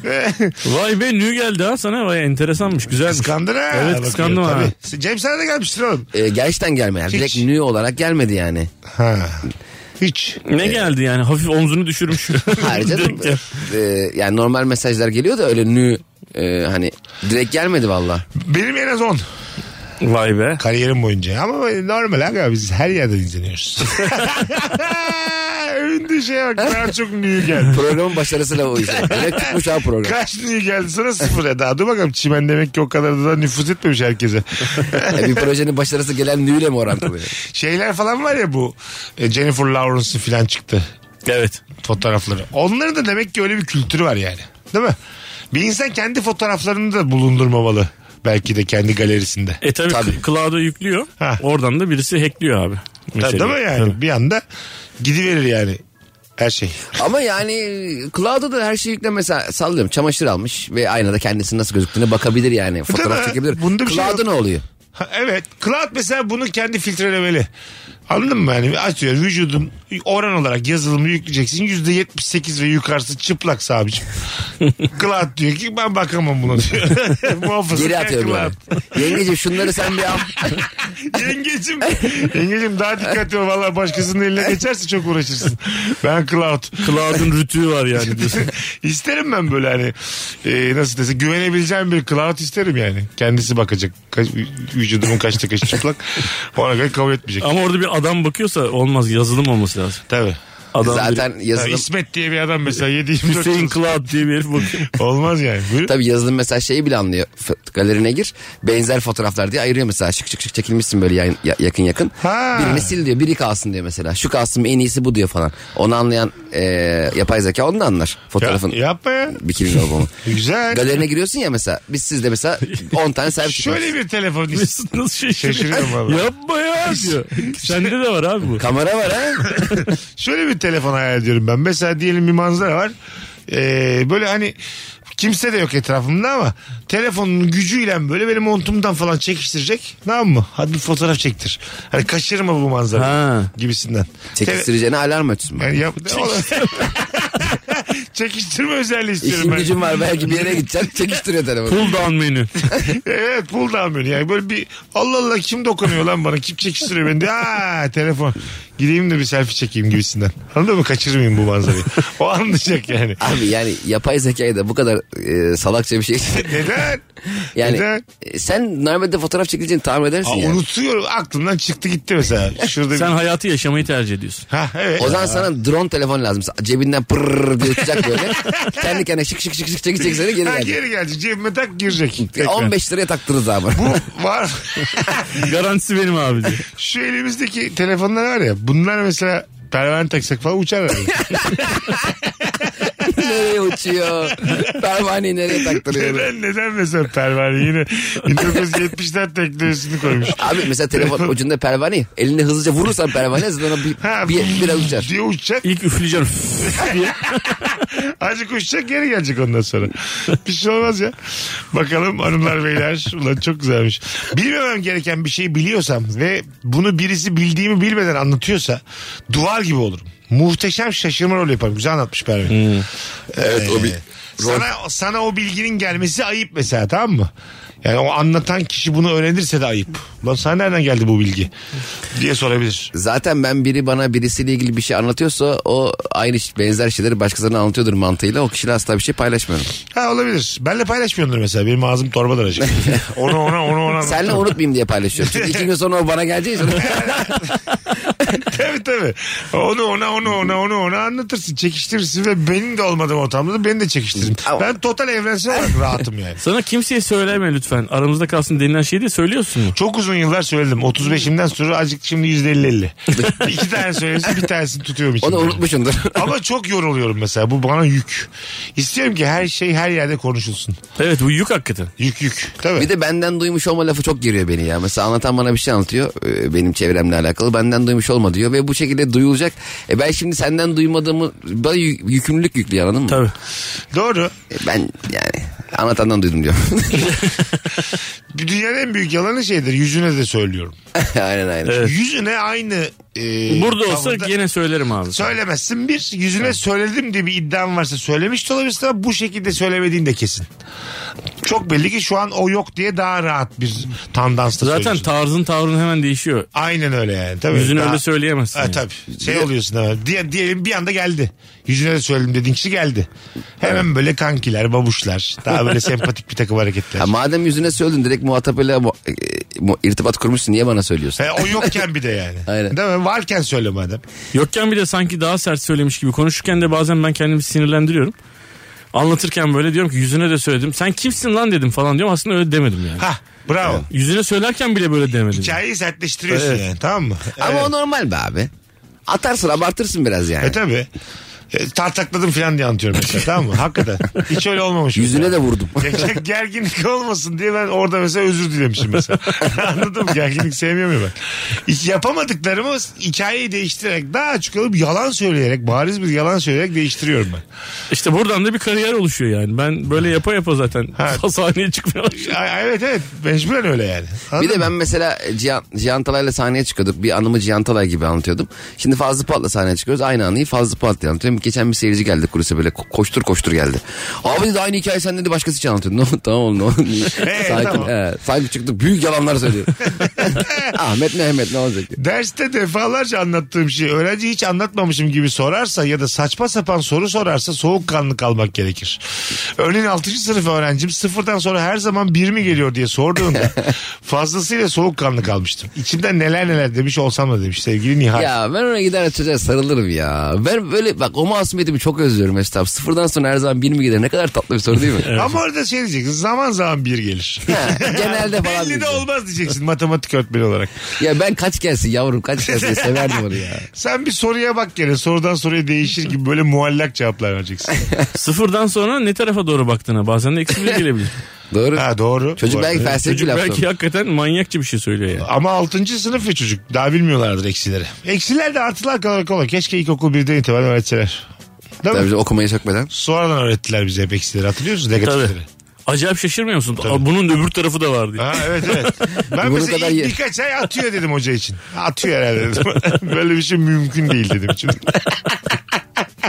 Vay be, nü geldi ha sana, vay enteresanmış, güzelmiş. Kıskandın ha. Evet, Bakıyor, kıskandım ha. tabii. Cem sana da gelmiştir oğlum. Gerçekten gelme yani. Hiç. Direkt nü olarak gelmedi yani. Ha. Hiç. Ne geldi yani, hafif omzunu düşürmüş. Hayır canım. Direkt ya. Yani normal mesajlar geliyor da öyle nü hani direkt gelmedi valla. Benim en az 10. Vay be. Kariyerim boyunca. Ama normal aga, biz her yerden izleniyoruz. Övündüğü şeye bak, daha çok nü geldi. Programın başarısıyla o işte. Direkt tutmuş abi program. Kaç nü geldi sana? 0 Eda. Dur bakalım, çimen demek ki o kadar da nüfuz etmemiş herkese. Bir projenin başarısı gelen nüyle mi orantılı? Şeyler falan var ya, bu Jennifer Lawrence'ın falan çıktı Evet. fotoğrafları. Onların da demek ki öyle bir kültürü var yani. Değil mi? Bir insan kendi fotoğraflarını da bulundurmamalı. Belki de kendi galerisinde. Tabii, Tabii. cloud'a yüklüyor. Ha. Oradan da birisi hackliyor abi. Mesela. Değil mi yani? Tabii. Bir anda gidiverir yani her şey. Ama yani Cloud'da da her şeyi yükle, mesela sallıyorum çamaşır almış ve aynada kendisinin nasıl gözüktüğüne bakabilir yani. Fotoğraf mi? çekebilir. Bunda bir şey Cloud'da yok. ne oluyor? Ha, evet. Cloud mesela bunu kendi filtrelemeli. Anladın mı? Yani açıyor, vücudun oran olarak yazılımı yükleyeceksin. %78 ve yukarısı çıplak abicim. Cloud diyor ki ben bakamam buna diyor. Muhafazakar Geri atıyor Cloud. böyle. Yengeciğim şunları sen bir al. Yengecim daha dikkatli ol. Valla başkasının eline geçerse çok uğraşırsın. Ben Cloud. Cloud'un rütüğü var yani diyorsun. İsterim ben böyle hani nasıl desem, güvenebileceğim bir Cloud isterim yani. Kendisi bakacak. Vücudumun kaçta kaç çıplak. Ona göre kabul etmeyecek. Ama orada bir adam bakıyorsa olmaz, yazılım olması lazım. Tabii. Adam Zaten Ya yazılım. İsmet diye bir adam mesela 7-24 Hüseyin Cloud diye bir herif bakıyor. olmaz yani. Buyurun. Tabii yazılım mesela şeyi bile anlıyor. Galerine gir. Benzer fotoğraflar diye ayırıyor mesela. Şık şık şık çekilmişsin böyle yakın. Ha. Birini sil diyor. Biri kalsın diyor mesela. Şu kalsın en iyisi bu diyor falan. Onu anlayan yapay zeka onu da anlar. Fotoğrafın Yapma ya. bikini olup onu. Güzel. Galerine giriyorsun ya mesela. Biz sizde mesela 10 tane selfie Şöyle çekiyoruz. bir telefon Mesut nasıl şaşırıyor? Şaşırıyorum valla. Yapma ya diyor. Sende de var abi bu. Kamera var ha. Şöyle bir telefon hayal ediyorum ben. Mesela diyelim bir manzara var. Böyle hani kimse de yok etrafımda, ama telefonun gücüyle böyle benim montumdan falan çekiştirecek. Tamam mı? Hadi bir fotoğraf çektir. Hani kaçırma bu manzara Ha. gibisinden. Çekiştireceğine alarm açsın. Yani Çekiştirme özelliği istiyorum İşin ben. gücüm var, belki bir yere gideceksin, çekiştiriyor telefonu. Pull down menü. Evet, pull down menü. Yani böyle bir Allah Allah kim dokunuyor lan bana, kim çekiştiriyor beni diye. Telefon. Gideyim de bir selfie çekeyim gibisinden. Anladın mı? Kaçırmayayım bu manzarayı. O anlayacak yani. Abi yani yapay zekayı da bu kadar salakça bir şey. Neden? Yani Neden? sen normalde fotoğraf çekileceğini tahmin edersin ya. Unutuyorum. Aklımdan çıktı gitti mesela. Şurada Sen hayatı yaşamayı tercih ediyorsun. evet. O zaman sana drone telefon lazım. Cebinden pırrrr diye uçacak böyle. Kendi kendine şık şık şık şık çekecek seni, geri gelecek. Geri gelecek. Cebime tak girecek. Tekrar. 15 liraya taktırırız abi. Bu var. Garantisi benim abi diye. Şu elimizdeki telefonlar var ya. Bunlar mesela pervane taksak falan uçar herhalde. Nereye uçuyor? Pervaneyi nereye taktırıyor? Neden mesela pervane yine 1970'ler teknolojisini koymuş. Abi mesela telefon ucunda pervane, elinde hızlıca vurursan pervane zaten biraz uçar. Diye uçacak. İlk üfleyeceksin diye. Azıcık uçacak, geri gelecek ondan sonra. Bir şey olmaz ya. Bakalım hanımlar beyler. Ulan çok güzelmiş. Bilmemem gereken bir şeyi biliyorsam ve bunu birisi bildiğimi bilmeden anlatıyorsa duvar gibi olurum. Muhteşem şaşırma rol yaparım. Güzel anlatmış Pervin. Evet, o bir sana o bilginin gelmesi ayıp mesela, tamam mı? Yani o anlatan kişi bunu öğrenirse de ayıp. Lan sana nereden geldi bu bilgi diye sorabilir. Zaten ben bana birisiyle ilgili bir şey anlatıyorsa o aynı benzer şeyleri başkasına anlatıyordur mantığıyla, o kişiyle asla bir şey paylaşmıyorum. Olabilir. Benle paylaşmıyordur mesela. Benim ağzım torbadır acık. Onu. Seninle unutmayayım diye paylaşıyorum. Çünkü 2 gün sonra o bana geleceği için. Tabii. Onu anlatırsın. Çekiştirirsin ve benim de olmadığım ortamda da beni de çekiştirirsin. Ben total evrensel olarak rahatım yani. Sana kimseye söyleme lütfen. Aramızda kalsın denilen şeyi de söylüyorsun mu? Çok uzun yıllar söyledim. 35'imden sonra azıcık şimdi %50-50. 2 tane söylesin, bir tanesini tutuyorum içimde. Onu unutmuşumdur. Ama çok yoruluyorum mesela. Bu bana yük. İstiyorum ki her şey her yerde konuşulsun. Evet, bu yük hakikaten. Yük. Tabii. Bir de benden duymuş olma lafı çok geriyor beni ya. Mesela anlatan bana bir şey anlatıyor. Benim çevremle alakalı. Benden duymuş olma diyor ve bu şekilde duyulacak. Ben şimdi senden duymadığımı, bana yükümlülük yüklüyor, anladın mı? Tabii. Doğru. Ben yani anlatandan duydum diyor. Dünyanın en büyük yalanı şeydir. Yüzüne de söylüyorum. Aynen. Evet. Yüzüne aynı Burada olsa tavırda yine söylerim abi. söylemezsin. Bir, yüzüne söyledim diye bir iddian varsa söylemiş de olabilirsin ama bu şekilde söylemediğin de kesin. Çok belli ki şu an o yok diye daha rahat bir tandansla Zaten söylüyorsun. tavrın hemen değişiyor. Aynen öyle yani. Tabii. Yüzüne Daha- öyle söyleyemezsin. Yani. Tabii. Şey oluyorsun hemen. Diyelim bir anda geldi. Yüzüne de söyledim dediğin kişi geldi. Hemen böyle kankiler, babuşlar. Daha böyle sempatik bir takım hareketler. Madem yüzüne söyledin, direkt muhatapıyla irtibat kurmuşsun, niye bana söylüyorsun? O yokken bir de yani. Aynen. Değil mi? Varken söyle madem. Yokken bir de sanki daha sert söylemiş gibi. Konuşurken de bazen ben kendimi sinirlendiriyorum. Anlatırken böyle diyorum ki yüzüne de söyledim. Sen kimsin lan dedim falan diyorum. Aslında öyle demedim yani. Bravo. Yüzüne söylerken bile böyle demedim. Hikayeyi sertleştiriyorsun Evet. yani, tamam mı? Ama o normal be abi. Atarsın, abartırsın biraz yani. Tabii. Tartakladım falan diye anlatıyorum mesela, tamam mı? Hakikaten. Hiç öyle olmamış. Yüzüne mesela. de vurdum. Gerginlik olmasın diye ben orada mesela özür dilemişim mesela. Anladın mı? Gerginlik sevmiyorum ya ben. Hiç yapamadıklarımı hikayeyi değiştirerek, daha açık olup yalan söyleyerek, bariz bir yalan söyleyerek değiştiriyorum ben. İşte buradan da bir kariyer oluşuyor yani. Ben böyle yapa zaten sahneye çıkmaya başladım. Evet. Mecburen öyle yani. Anladın Bir de mı? ben mesela Cihan Talay'la sahneye çıkıyorduk. Bir anımı Cihan Talay gibi anlatıyordum. Şimdi Fazlı Polat'la sahneye çıkıyoruz. Aynı anıyı Fazlı Polat diye anlatıyorum. Geçen bir seyirci geldi kulise, böyle koştur geldi. Abi dedi, aynı hikaye sen dedi başkası için anlatıyordun. Tamam oğlum, ne oldu? Sakin. Tamam. Sanki çıktık, büyük yalanlar söylüyor. Ahmet Mehmet ne olacak? Derste defalarca anlattığım şeyi öğrenci hiç anlatmamışım gibi sorarsa ya da saçma sapan soru sorarsa soğukkanlı kalmak gerekir. Örneğin 6. sınıf öğrencim sıfırdan sonra her zaman 1 mi geliyor diye sorduğunda fazlasıyla soğukkanlı kalmıştım. İçimden neler demiş olsam da demiş sevgili Nihal. Ya ben ona gider çocuğa sarılırım ya. Ben böyle bak, o masumiyetimi çok özlüyorum Mesut abi. Sıfırdan sonra her zaman 1 mi gider? Ne kadar tatlı bir soru değil mi? Evet. Ama orada şey diyeceksin, zaman zaman 1 gelir. Genelde falan. Belli de diyeceğim. olmaz diyeceksin matematik öğretmeni olarak. Ya ben kaç gelsin yavrum, kaç gelsin, severdim onu ya. Sen bir soruya bak gene, sorudan soruya değişir gibi böyle muallak cevaplar vereceksin. Sıfırdan sonra ne tarafa doğru baktığına bazen de eksi bile gelebilir. Doğru. Doğru. Çocuk belki felsefi Çocuk laf belki soruyor. hakikaten manyakça bir şey söylüyor yani. Ama 6. sınıf ve çocuk daha bilmiyorlardır eksileri. Eksiler de artılar kalarak olur. Keşke ilkokul 1'den itibaren öğretseler. Değil mi? Tabii okumayı sökmeden. Sonradan öğrettiler bize hep eksileri, hatırlıyor musunuz? Negatifleri. Tabii. Acayip şaşırmıyor musun? Tabii. Bunun öbür tarafı da var diye. Evet. Ben Bunu mesela kadar ilk birkaç ay atıyor dedim hoca için. Atıyor herhalde dedim. Böyle bir şey mümkün değil dedim. Çünkü.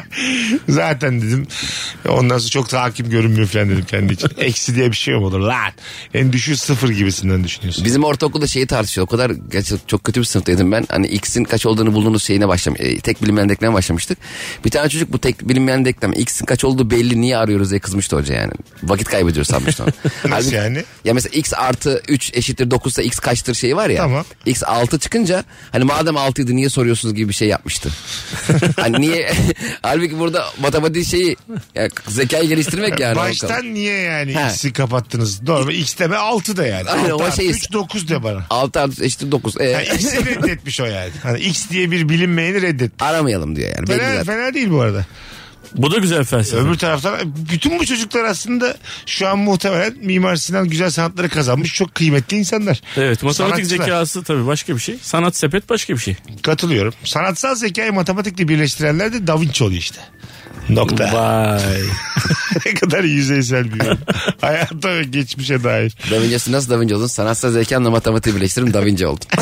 Zaten dedim ondan sonra çok da hakim görünmüyor falan dedim kendi için. Eksi diye bir şey mi olur lan? En düşüğü 0 gibisinden düşünüyorsun. Bizim ortaokulda şeyi tartışıyor. O kadar çok kötü bir sınıftaydım ben. Hani X'in kaç olduğunu bulduğunuz şeyine tek bilinmeyen denkleme başlamıştık. Bir tane çocuk bu tek bilinmeyen denklem X'in kaç olduğu belli niye arıyoruz diye kızmıştı hoca yani. Vakit kaybediyoruz sanmıştı onu. Nasıl yani? Ya mesela X artı 3 eşittir 9 ise X kaçtır şeyi var ya. Tamam. X 6 çıkınca hani madem 6'ydı niye soruyorsunuz gibi bir şey yapmıştı. Hani niye? Halbuki burada matematik şeyi yani zekayı geliştirmek yani. Baştan niye yani X'i kapattınız? Normal X deme 6 da yani. Aynen, 6 o artı şey 3 9 de bana. 6 artı eşittir 9. Yani X'i reddetmiş o yani. Hani X diye bir bilinmeyeni reddetmiş. Aramayalım diyor yani. Fena değil bu arada. Bu da güzel felsefe. Öbür taraftan bütün bu çocuklar aslında şu an muhtemelen Mimar Sinan güzel sanatları kazanmış çok kıymetli insanlar. Evet, matematik Sanatçılar. zekası tabii başka bir şey. Sanat sepet başka bir şey. Katılıyorum. Sanatsal zekayı matematikle birleştirenler de Da Vinci oluyor işte. Nokta. Vay. Ne kadar yüzeysel bir yorum. Hayata ve geçmişe dair. Da Vinci'si nasıl Da Vinci oldun? Sanatsal zekamla matematiği birleştirdim Da Vinci oldum.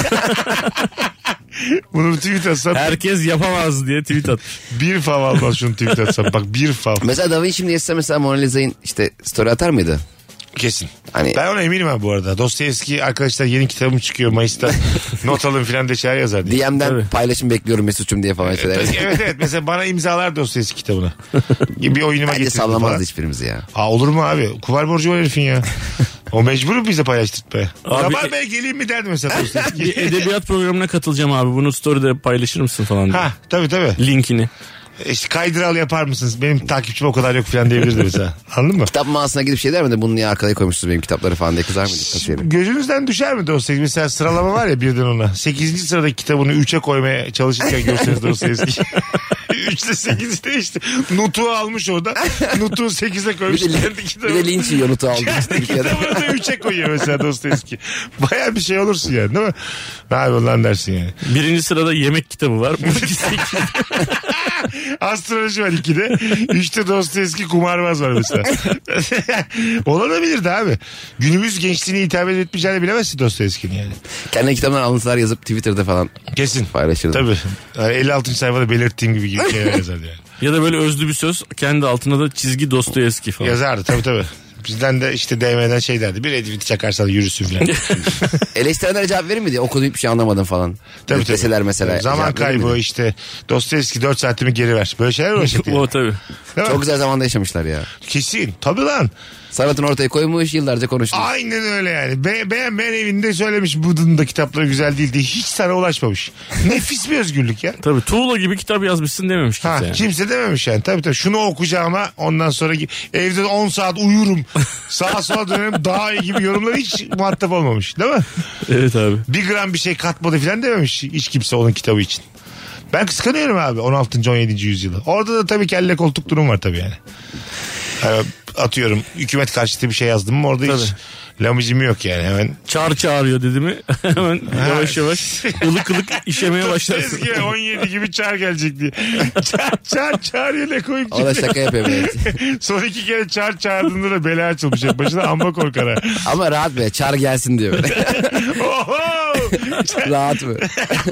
Bunu tweet atsam Herkes yapamaz diye tweet atmış. bir fav almaz şunu tweet atsam. Bak bir fav. Mesela Da Vinci şimdi yazsa mesela Mona Lisa'nın işte story atar mıydı? Kesin. Hani- Ben ona eminim abi bu arada. Dostoyevski arkadaşlar yeni kitabım çıkıyor Mayıs'ta. Not alın filan de şeyler yazar diye. DM'den Tabii. paylaşım bekliyorum Mesut'cum diye falan şeyler. Evet mesela bana imzalar Dostoyevski kitabını. Bir oyunuma Bence getirdim sallamazdı falan. hiçbirimizi ya. Olur mu abi? Kumar borcu var herifin ya. O mecbur bize paylaştırtmaya. Abi- Rabar Bey geleyim mi derdi mesela Bir Dostoyevski. edebiyat programına katılacağım abi. Bunu story'de paylaşır mısın falan diye. Ha tabii. Linkini. İşte kaydıral yapar mısınız? Benim takipçim o kadar yok falan diyebilirdi mesela. Anladın mı? Kitap mağazasına gidip şey der mi de bunu niye arkaya koymuşsunuz benim kitapları falan diye kızar mıydı? Kasiyeri? Gözünüzden düşer mi Dostoyevski? Mesela sıralama var ya birden ona. 8. sıradaki kitabını 3'e koymaya çalışırken görseniz Dostoyevski. 3'te 8'de işte. Nutuk'u almış orada. Nutuk'u 8'e koymuş. Bir de, Kendi bir kitabını. de linç yiyor notu aldı. Kitabını da 3'e koyuyor mesela Dostoyevski. Baya bir şey olursun yani değil mi? Ne yapıyorsun lan dersin yani. Birinci sırada yemek kitabı var. Buradaki 8. Astroloji var 2'de. 3'te Dostoyevski kumarbaz var mesela. Olabilirdi abi. Günümüz gençliğine hitap etmeyeceğini bilemezsin Dostoyevski'nin yani. Kendi kitabından alıntılar yazıp Twitter'da falan Kesin. paylaşırdı. Tabii. Yani 56. sayfada belirttiğim gibi şeyler yazardı yani. Ya da böyle özlü bir söz. Kendi altına da çizgi Dostoyevski falan. Yazardı tabii. Bizden de işte DM'den şey derdi. Bir Edwin çakarsan yürüsün falan. Eleştirenlere cevap verir miydi? Okudum hiçbir şey anlamadım falan. Tabii. Deseler mesela. Zaman cevap verir kaybı miydi? işte. Dostoyevski 4 saatimi geri ver. Böyle şeyler uğraştık yani. O tabii. Değil mi? Çok güzel zamanda yaşamışlar ya. Kesin. Tabii lan. Sanatını ortaya koymuş yıllarca konuşmuş. Aynen öyle yani. Beğenmeyen evinde söylemiş Buda'nın da kitapları güzel değil diye. Hiç sana ulaşmamış. Nefis bir özgürlük ya. Tabii Tuğla gibi kitap yazmışsın dememiş kimse. Ha, yani. kimse dememiş yani. Tabii. Şunu okuyacağıma ondan sonra evde 10 saat uyurum. Sağa sola dönerim daha iyi gibi yorumlar hiç muhatap olmamış. Değil mi? Evet abi. Bir gram bir şey katmadı falan dememiş hiç kimse onun kitabı için. Ben kıskanıyorum abi 16. 17. yüzyılı. Orada da tabii kelle koltuk durum var tabii yani. Yani atıyorum hükümet karşıtı bir şey yazdım mı orada hiç lamıcım yok yani hemen. Çağırıyor dedi mi hemen yavaş yavaş ılık işemeye başlarsın. Eski 17 gibi çağır gelecek diye. Çağır ne koyup O da şaka yapıyor evet. Son 2 kere çağırdığında da bela açılmış. Başına amma korkar ha. Ama rahat be çağır gelsin diyor böyle. Oho! Rahat mı?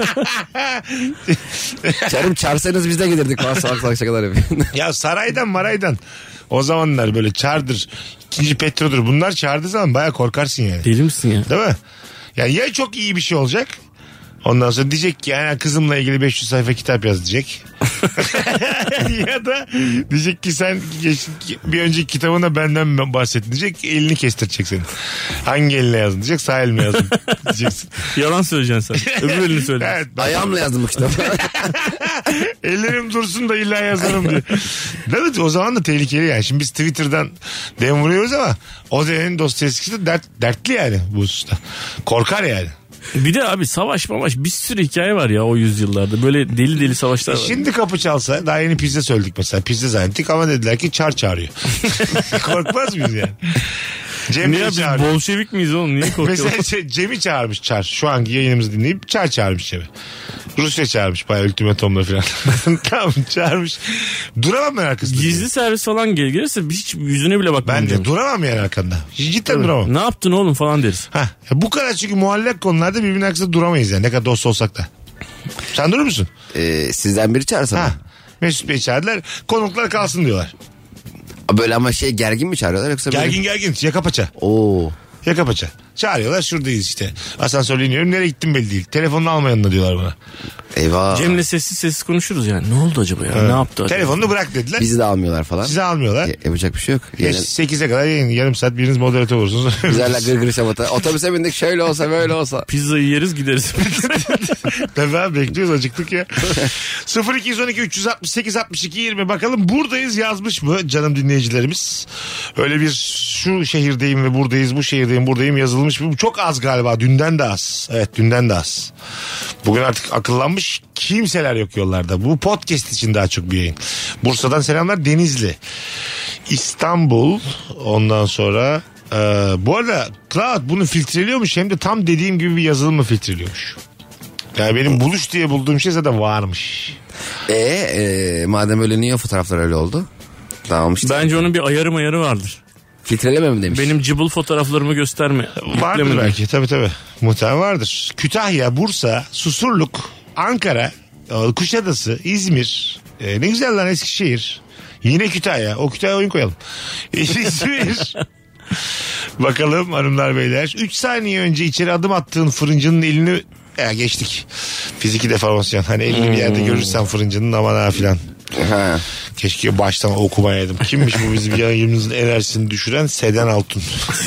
Çarım çağırsanız biz de gelirdik falan salak şakalar yapıyor. Ya saraydan o zamanlar böyle çardır, 2. Petro'dur bunlar çağırdığı zaman baya korkarsın yani. Deli misin ya? Değil mi? Yani ya çok iyi bir şey olacak. Ondan sonra diyecek ki yani kızımla ilgili 500 sayfa kitap yaz diyecek. Ya da diyecek ki sen bir önceki kitabında benden bahsettin diyecek. Elini kestirecek senin. Hangi eline yazdın diyecek. Sağ eline yazdım diyeceksin. Yalan söyleyeceksin sen. Öbür elini söyle. Evet. Ayağımla yazdım bu kitabı. Ellerim dursun da illa yazarım diye. Değil mi? O zaman da tehlikeli yani. Şimdi biz Twitter'dan dem vuruyoruz ama o dönemin Dostoyevski'si de dertli yani bu hususta. Korkar yani. Bir de abi savaş bir sürü hikaye var ya o yüzyıllarda. Böyle deli savaşlar var. Şimdi kapı çalsa daha yeni pizza söyledik mesela. Pizza zannettik ama dediler ki çağırıyor. Korkmaz mıyız yani? Cem Niye biz çağırıyor. Bolşevik miyiz oğlum? Niye korkuyorsun? Mesela Cem'i çağırmış Çar. Şu anki yayınımızı dinleyip çağırmış Cem'i. Rusya çağırmış bayağı ultimatomla falan. Tamam çağırmış. Duramam ben arkasında. Gizli servis falan gelirse hiç yüzüne bile bakmam. Ben de duramam yani arkanda. Cidden duramam. Ne yaptın oğlum falan deriz. Ha, bu kadar çünkü muallak konularda birbirinin arkasında duramayız yani. Ne kadar dost olsak da. Sen durur musun? Sizden biri çağırsa Ha. mı? Mesut Bey çağırdılar. Konuklar kalsın diyorlar. Böyle ama gergin mi çağırıyorlar yoksa böyle? Gergin yaka paça. Oo. Yaka paça. Çağırıyorlar, şuradayız işte. Asansörle iniyorum, nereye gittim belli değil. Telefonunu alma yanına diyorlar bana. Eyvah. Cem'le sessiz konuşuruz yani. Ne oldu acaba ya? Ne yaptı acaba? Telefonunu bırak dediler. Bizi de almıyorlar falan. Sizi almıyorlar. Yapacak bir şey yok. Yani... 8'e kadar yayın. Yarım saat biriniz moderatör olursunuz. Güzeller gırgır şamata. Otobüse bindik, şöyle olsa böyle olsa. Pizzayı yeriz gideriz. Tabii abi, bekliyoruz, acıktık ya. 0212 368 62 20 bakalım buradayız yazmış mı canım dinleyicilerimiz? Öyle bir şu şehirdeyim ve buradayız, bu şehirdeyim buradayım yazılmış mı? Bu çok az galiba, dünden de az. Evet, dünden de az. Bugün artık akıllanmış kimseler yok yollarda. Bu podcast için daha çok bir yayın. Bursa'dan selamlar, Denizli. İstanbul, ondan sonra bu arada Cloud bunu filtreliyormuş, hem de tam dediğim gibi bir yazılım mı filtreliyormuş. Yani benim buluş diye bulduğum şey zaten varmış. Madem öyle niye fotoğraflar öyle oldu? Dağılmıştı. Bence onun bir ayarı vardır. Filtreleme mi demiş? Benim cıbıl fotoğraflarımı gösterme. Vardır Yükleme belki, tabii. Muhtemelen vardır. Kütahya, Bursa, Susurluk, Ankara, Kuşadası, İzmir. Ne güzel lan, Eskişehir. Yine Kütahya. O Kütahya oyun koyalım. İzmir. Bakalım hanımlar beyler. 3 saniye önce içeri adım attığın fırıncının elini geçtik. Fiziki deformasyon. Hani elini bir yerde görürsen fırıncının aman ha filan. Ha. Keşke baştan okumayaydım. Kimmiş bu bizim yayınımızın enerjisini düşüren? Seden Altun.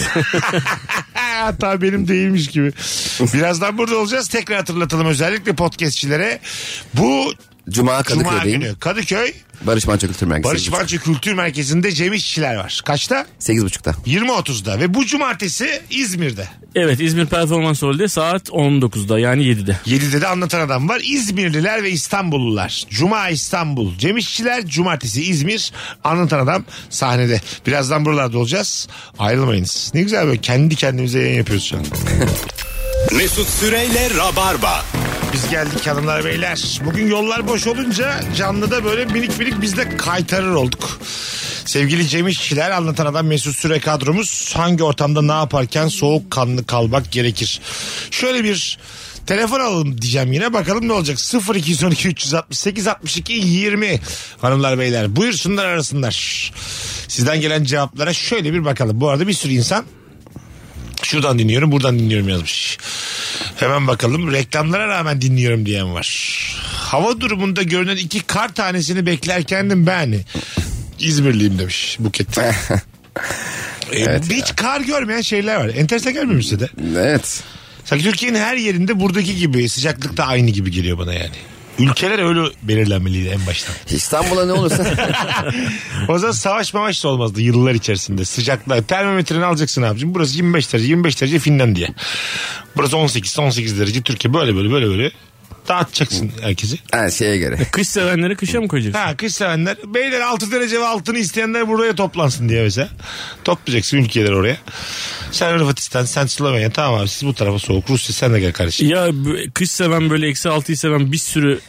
Hatta benim değilmiş gibi. Birazdan burada olacağız. Tekrar hatırlatalım özellikle podcastçilere. Bu Cuma günü Kadıköy Barış Manço Kültür Merkezi. Barış Manço Kültür Merkezi'nde Cem İşçiler var. Kaçta? 8.30'da. 20.30'da ve bu cumartesi İzmir'de. Evet, İzmir Performans Hall'de saat 19'da yani 7'de. 7'de de Anlatan Adam var. İzmirliler ve İstanbullular. Cuma İstanbul Cem İşçiler, cumartesi İzmir Anlatan Adam sahnede. Birazdan buralarda olacağız. Ayrılmayınız. Ne güzel, böyle kendi kendimize yayın yapıyoruz şu an. Mesut Süreyle Rabarba. Biz geldik hanımlar beyler. Bugün yollar boş olunca canlıda böyle minik biz de kaytarır olduk. Sevgili Cem İşçiler, Anlatan Adam Mesut Süre kadromuz hangi ortamda ne yaparken soğukkanlı kalmak gerekir? Şöyle bir telefon alalım diyeceğim yine, bakalım ne olacak. 0212 368 62 20 hanımlar beyler, buyursunlar arasınlar. Sizden gelen cevaplara şöyle bir bakalım. Bu arada bir sürü insan şuradan dinliyorum, buradan dinliyorum yazmış. Hemen bakalım. Reklamlara rağmen dinliyorum diyen var. Hava durumunda görünen 2 kar tanesini beklerkendim ben. İzmirliyim demiş Buket. Evet hiç kar görmeyen şeyler var. Enteresan gelmiyor mu size de? Evet. Sanki Türkiye'nin her yerinde buradaki gibi sıcaklık da aynı gibi geliyor bana yani. Ülkeler öyle belirlenmeliydi en baştan. İstanbul'a ne olursa. O zaman savaş da olmazdı yıllar içerisinde. Sıcaklık. Termometreni alacaksın abicim. Burası 25 derece. 25 derece Finlandiya. Burası 18 derece Türkiye. Böyle. Dağıtacaksın herkesi. Ha, şeye göre. Kış sevenleri kışa mı koyacaksın? Ha, kış sevenler. Beyler 6 derece ve altını isteyenler buraya toplansın diye mesela. Toplayacaksın ülkeler oraya. Sen Hırvatistan, sen Slovenya, tamam abi siz bu tarafa soğuk. Rusya sen de gel kardeşim. Ya kış seven, böyle -6'yı seven bir sürü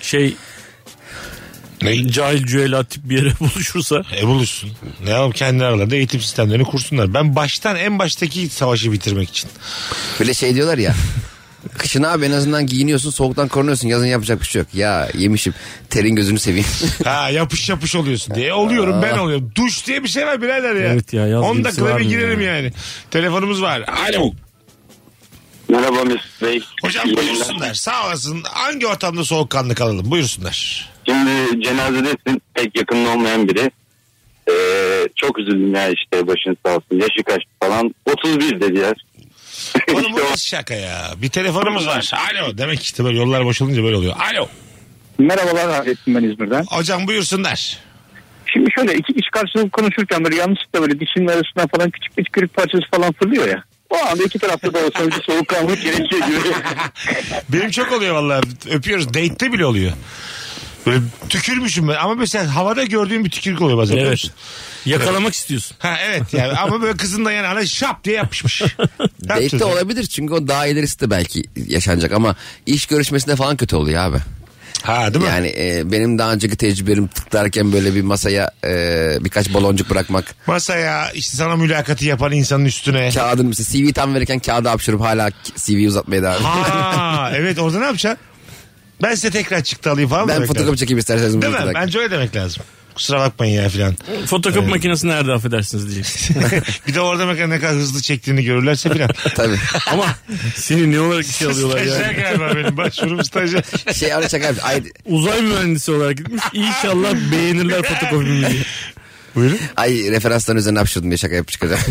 cahil cüela tip bir yere buluşursa. Buluşsun. Ne yapalım, kendi aralarında eğitim sistemlerini kursunlar. Ben en baştaki savaşı bitirmek için. Böyle diyorlar ya. Kışın abi en azından giyiniyorsun, soğuktan korunuyorsun, yazın yapacak bir şey yok. Ya yemişim, terin gözünü seveyim. Ha, yapış oluyorsun diye. Oluyorum, ben oluyorum. Duş diye bir şey var birader ya. Evet ya, yaz 10 dakikada bir ya. girerim yani. Telefonumuz var. Alo. Merhaba Mesut Bey. Hocam buyursunlar. Sağ olasın. Hangi ortamda soğukkanlı kalalım? Buyursunlar. Şimdi cenazedesin, pek yakının olmayan biri. Çok üzüldüm ya, işte başın sağ olsun. Yaşı kaç falan? 31 dediler. Oğlum bu nasıl şaka ya? Bir telefonumuz var. Alo. Demek işte böyle yollar boşalınca böyle oluyor. Alo. Merhabalar, Rahmettin ben İzmir'den. Hocam buyursunlar. Şimdi şöyle iki kişi karşılıklı konuşurken böyle yanlışlıkla böyle dişinin arasından falan küçük bir kırık parçası falan fırlıyor ya. O anda iki tarafta da olsa bir soğukkanlılık gerekiyor gibi. Benim çok oluyor vallahi. Öpüyoruz. Date'te bile oluyor. Böyle tükürmüşüm ben. Ama mesela havada gördüğüm bir tükürük oluyor bazen. Evet. Yakalamak istiyorsun. Ha evet yani, ama böyle kızın da yanağına şap diye yapışmış. Date'de olabilir çünkü o daha ilerisi de belki yaşanacak ama iş görüşmesinde falan kötü oluyor abi. Ha değil mi? Yani benim daha önceki tecrübem tıklarken böyle bir masaya birkaç baloncuk bırakmak. Masaya işte sana mülakatı yapan insanın üstüne. Kağıdını mesela CV tam verirken kağıdı hapşırıp hala CV'yi uzatmaya devam ediyor. Ha evet, orada ne yapacaksın? Ben size tekrar çıktı alayım falan mı Ben demek fotokopi lazım? çekeyim isterseniz. Değil mi? Bence öyle demek lazım. Kusura bakmayın ya filan. Fotokopi makinesi nerede affedersiniz diyeceksin. Bir de orada bakın ne kadar hızlı çektiğini görürlerse filan. Tabii. Ama seni ne olarak işe alıyorlar Stajyer yani? galiba benim başvurum stajyer. Öyle şaka yapmış. Ay, Uzay mühendisi olarak gitmiş. İnşallah beğenirler fotokopimi diye. Buyurun. referansların üzerine hapşurdum diye şaka yapıp çıkacağım.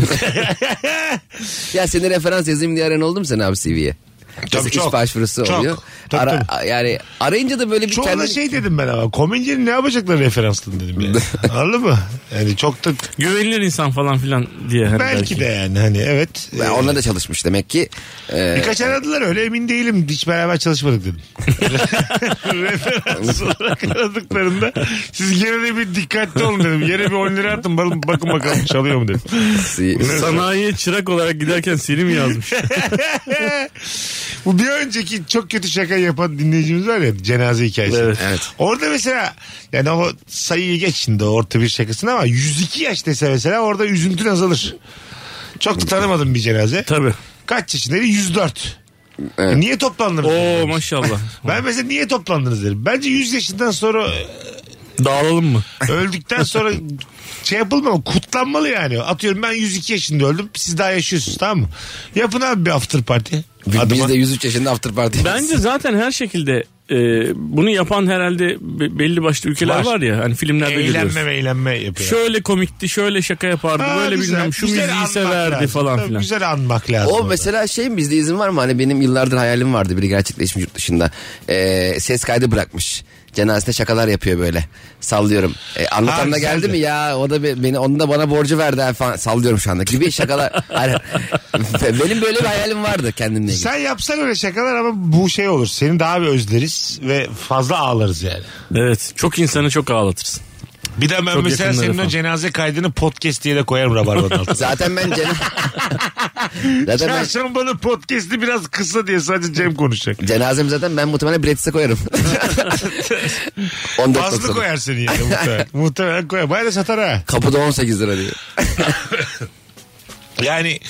Ya seni referans yazayım diye arayan oldu mu sen abi CV'ye? Tabii İş çok. başvurusu Çok. oluyor. Tabii, Yani arayınca da böyle bir Çoğuna şey dedim ben ama. Komedyenin ne yapacaklar referanslı dedim yani. Anladın mı? Yani çok da Güvenilir insan falan filan diye. Hani belki de yani hani evet. Onlar da çalışmış demek ki. Birkaç aradılar öyle emin değilim. Hiç beraber çalışmadık dedim. Referans olarak aradıklarında siz gene de bir dikkatli olun dedim. Yere bir 10 lira attım. Bakın bakalım çalıyor mu dedim. Sanayiye çırak olarak giderken seni mi yazmış? Bu bir önceki çok kötü şaka yapan dinleyicimiz var ya, cenaze hikayesi. Evet. Orada mesela yani o sayıyı geç şimdi orta bir şakasına ama 102 yaş dese mesela orada üzüntün azalır. Çok da tanımadım bir cenaze. Tabii. Kaç yaşındaydı? 104. Evet. Niye toplandınız? Oo maşallah. Ben mesela niye toplandınız derim. Bence 100 yaşından sonra Dağılalım mı? öldükten sonra şey yapılmalı, kutlanmalı yani. Atıyorum ben 102 yaşında öldüm. Siz daha yaşıyorsunuz, tamam mı? Yapın abi bir after party. Biz de 103 yaşında after party. Bence zaten her şekilde bunu yapan herhalde belli başlı ülkeler var ya. Hani filmlerde görüyoruz. Eğlenme yapıyor. Şöyle komikti, şöyle şaka yapardı, böyle güzel, bilmem şu güzel müziği anmak severdi lazım. falan Tabii, filan. güzel anmak lazım. O orada. mesela şey bizde izin var mı? Hani benim yıllardır hayalim vardı. Biri gerçekleşmiş yurt dışında. Ses kaydı bırakmış. Cenazede şakalar yapıyor böyle. Sallıyorum. Anlatan da geldi güzeldi. mi ya? O da beni, onun da bana borcu verdi falan. Sallıyorum şu anda gibi şakalar. Benim böyle bir hayalim vardı kendimle ilgili. Sen yapsan öyle şakalar ama bu şey olur. Seni daha bir özleriz ve fazla ağlarız yani. Evet, çok insanı çok ağlatırsın. Bir de ben Çok mesela yakınları senin o falan. cenaze kaydını podcast diye de koyarım Rabarba'nın altına. Zaten ben Çarşambanın podcast'i biraz kısa diye sadece Cem konuşacak. cenazem zaten ben muhtemelen Bretz'e koyarım. 14 Fazla doksan. koyarsın yani muhtemelen. Muhtemelen koyar. Bayağı da satar ha. Kapıda 18 lira diyor. Yani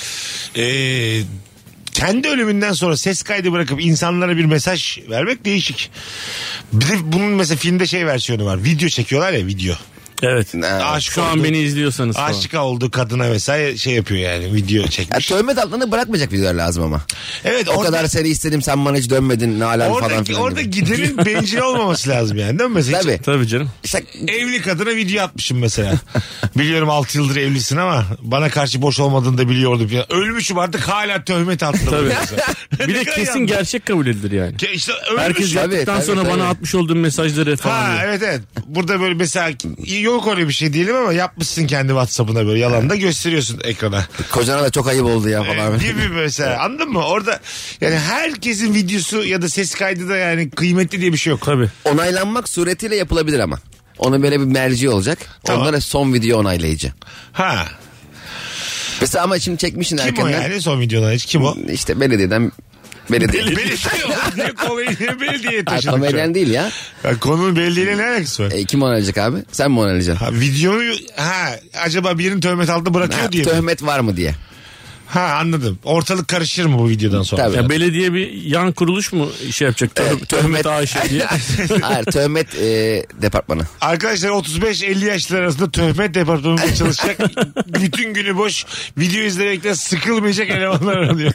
kendi ölümünden sonra ses kaydı bırakıp insanlara bir mesaj vermek değişik. Bir de bunun mesela filmde şey versiyonu var. Video çekiyorlar ya, video. Evet. Aşık Şu an olduğu- beni izliyorsanız falan. Aşık olduğu kadına vesaire şey yapıyor yani, video Ya, çekmiş. töhmet altında bırakmayacak videolar lazım ama. Evet, O orada, kadar seni istedim sen bana hiç dönmedin ne alem falan filan. orada gibi. gidenin bencil olmaması lazım yani, değil mi mesela? Tabii. Tabii canım. İşte, Evli kadına video atmışım mesela. Biliyorum 6 yıldır evlisin ama bana karşı boş olmadığını da biliyordum. Ya. Ölmüşüm artık hala töhmet altında. Tabii. mesela. Bir de Ne kadar kesin yanlış. gerçek kabul edilir yani. İşte Herkes ölmüşüm. yaptıktan Tabii, sonra tabii. bana atmış olduğum mesajları falan Ha diyor. evet. Burada böyle mesela yok öyle bir şey diyelim ama yapmışsın kendi WhatsApp'ına böyle yalan da gösteriyorsun ekrana. kocana da çok ayıp oldu ya falan. Gibi mesela, anladın mı? Orada yani herkesin videosu ya da ses kaydı da yani kıymetli diye bir şey yok. Tabii. Onaylanmak suretiyle yapılabilir ama. Onun böyle bir merci olacak. Tamam. Onlara son video onaylayıcı. Ha. Mesela ama şimdi çekmişsin Kim o erkenden. yani son videolar hiç kim o? İşte belediyeden. Belediye. Belediye ne kolayı ne belediyeye Ay, taşıdık. komedyen değil ya. Ya konunun belediyeyle ne alakası var? Kim onaylayacak abi? Sen mi onaylayacaksın? Ha, videoyu acaba birinin töhmet altında bırakıyor Ha, diye mi? töhmet var mı diye. Ha anladım. Ortalık karışır mı bu videodan sonra? Tabii. Ya belediye bir yan kuruluş mu şey yapacak? Töhmet Ayşe diye. Hayır töhmet departmanı. Arkadaşlar 35-50 yaşlar arasında töhmet departmanında çalışacak, bütün günü boş video izlemekten sıkılmayacak elemanlar aranıyor.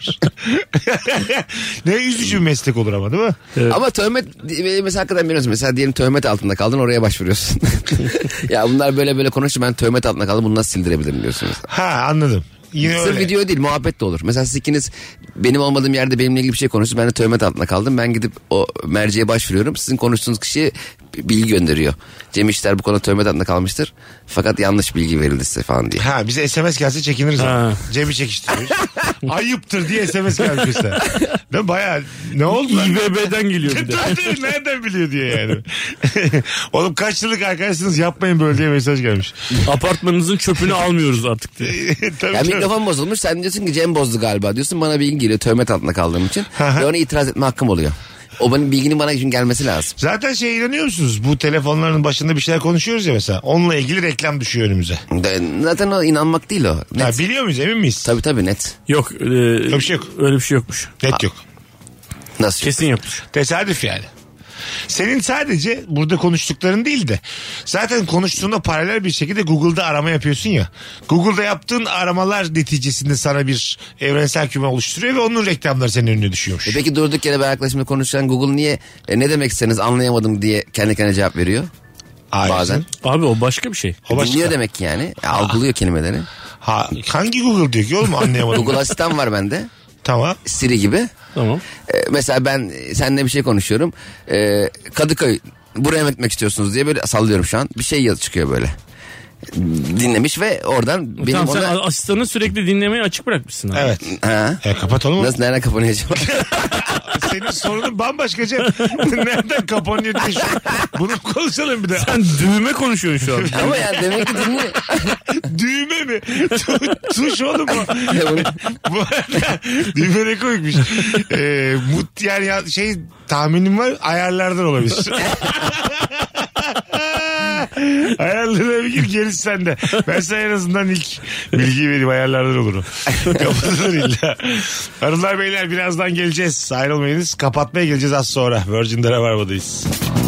Ne üzücü bir meslek olur ama, değil mi? Ama töhmet mesela hakikaten biliyorsun. Mesela diyelim töhmet altında kaldın oraya başvuruyorsun. Ya bunlar böyle konuşuyor ben töhmet altında kaldım bunu nasıl sildirebilirim diyorsunuz. Ha anladım. Yine Sırf öyle. video değil muhabbet de olur. Mesela siz ikiniz benim olmadığım yerde benimle ilgili bir şey konuştunuz. Ben de töhmet altında kaldım. Ben gidip o merceğe başvuruyorum. Sizin konuştuğunuz kişi bilgi gönderiyor. Cem İşler bu konuda töhmet altında kalmıştır. Fakat yanlış bilgi verildi size falan diye. Ha bize SMS gelse çekiniriz. Ha. ama. Cem'i çekiştiriyoruz. Ayıptır diye SMS gelmiş mesela. Değil mi? Bayağı ne oldu lan? İBB'den geliyor bir de. Tabii, nereden biliyor diye yani. Oğlum kaç yıllık arkadaşsınız yapmayın böyle diye mesaj gelmiş. Apartmanınızın çöpünü almıyoruz artık diye. Tabii, Ya tabii. mikrofon bozulmuş. Sen diyorsun ki Cem bozdu galiba diyorsun. Bana bilgi geliyor töhmet altında kaldığım için. Ve ona itiraz etme hakkım oluyor. O benim bilginin bana için gelmesi lazım. Zaten inanıyor musunuz? Bu telefonların başında bir şeyler konuşuyoruz ya mesela. Onunla ilgili reklam düşüyor önümüze. Zaten o inanmak değil o. Net. Ha, biliyor muyuz, emin miyiz? Tabii net. Yok. Öyle bir şey yok. Öyle bir şey yokmuş. Net yok. Nasıl? Kesin yokmuş. Tesadüf yani. Senin sadece burada konuştukların değil de zaten konuştuğunda paralel bir şekilde Google'da arama yapıyorsun ya. Google'da yaptığın aramalar neticesinde sana bir evrensel küme oluşturuyor ve onun reklamları senin önüne düşüyormuş. Peki durduk yere bir arkadaşımla konuşurken Google niye ne demek istediniz anlayamadım diye kendi kendine cevap veriyor? Bazen. Abi o başka bir şey. O başka. Dinliyor demek ki yani. Algılıyor kelimeleri. Hangi Google diyor ki oğlum, anlayamadım. Google asistan var bende. Tamam. Siri gibi. Tamam. Mesela ben seninle bir şey konuşuyorum. Kadıköy buraya mı gitmek istiyorsunuz diye böyle sallıyorum şu an. Bir şey yazı çıkıyor böyle. Dinlemiş ve oradan benim tamam, sen ona... asistanı sürekli dinlemeyi açık bırakmışsın abi. Evet. Ha? Kapatalım mı? Nasıl, nereden kapanıyor acaba? Senin sorunun bambaşka Cem. Nereden kapanıyor diye şu an. Bunu konuşalım bir de. Sen düğme konuşuyorsun şu an. Ama yani demek ki dinliyor. Düğme mi? Tuş oğlum bu. Bu arada düğme ne koymuş. Yani şey tahminim var, ayarlardan olabilir. Ayarlara bir gir, gerisi sende. Ben sana en azından ilk bilgiyi vereyim, ayarlardan olur o. Kapatılır illa. Hanımlar beyler, birazdan geleceğiz. Ayrılmayınız. Kapatmaya geleceğiz az sonra. Virgin'de Rabarba'dayız.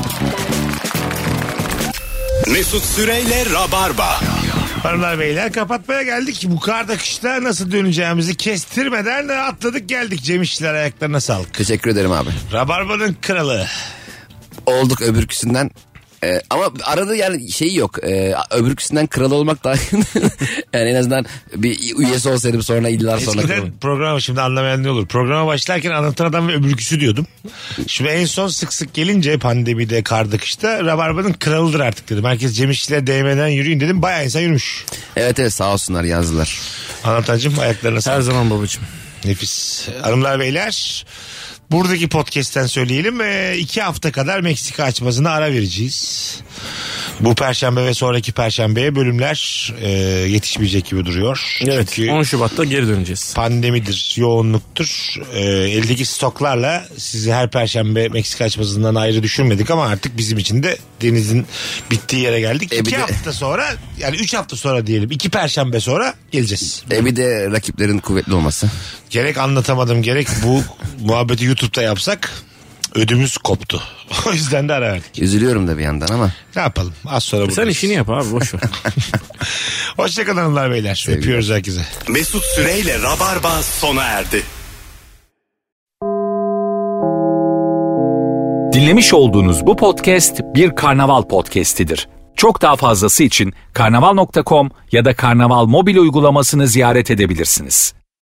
Mesut Süreyle Rabarba. Hanımlar beyler, kapatmaya geldik. Bu karda kışta nasıl döneceğimizi kestirmeden atladık geldik. Cem İşçiler, ayaklarına sağlık. Teşekkür ederim abi. Rabarba'nın kralı. Olduk öbürküsünden. Ama arada yani şey yok. Öbürküsünden kral olmak daha yani en azından bir üyesi olsaydım sonra illa sonra. Eskiden program, şimdi anlamayan ne olur. Programa başlarken anlatan adam ve öbürküsü diyordum. Şimdi en son sık sık gelince pandemide, karda kışta Rabarba'nın kralıdır artık dedim. Herkes Cem İşçiler DM'den yürüyün dedim. Bayağı insan yürümüş. Evet sağ olsunlar, yazdılar. Anlatancığım, ayaklarına sağlık. Her zaman babacığım. Nefis. Hanımlar beyler, buradaki podcast'ten söyleyelim. 2 hafta kadar Meksika açmasına ara vereceğiz. Bu perşembe ve sonraki perşembeye bölümler yetişmeyecek gibi duruyor. Evet. Çünkü 10 Şubat'ta geri döneceğiz. Pandemidir, yoğunluktur. Eldeki stoklarla sizi her perşembe Meksika açmasından ayrı düşürmedik ama artık bizim için de denizin bittiği yere geldik. 2 hafta sonra, yani 3 hafta sonra diyelim, 2 perşembe sonra geleceğiz. Bir de rakiplerin kuvvetli olması. Gerek anlatamadım, gerek bu muhabbeti YouTube'da yapsak ödümüz koptu. O yüzden de ara verdik. Üzülüyorum da bir yandan ama. Ne yapalım? Az sonra buradayız. Sen işini yap abi, boş ver. Hoşçakalın hanımlar beyler. Sevgiler. Öpüyoruz herkese. Mesut Süreyle Rabarba sona erdi. Dinlemiş olduğunuz bu podcast bir karnaval podcastidir. Çok daha fazlası için karnaval.com ya da karnaval mobil uygulamasını ziyaret edebilirsiniz.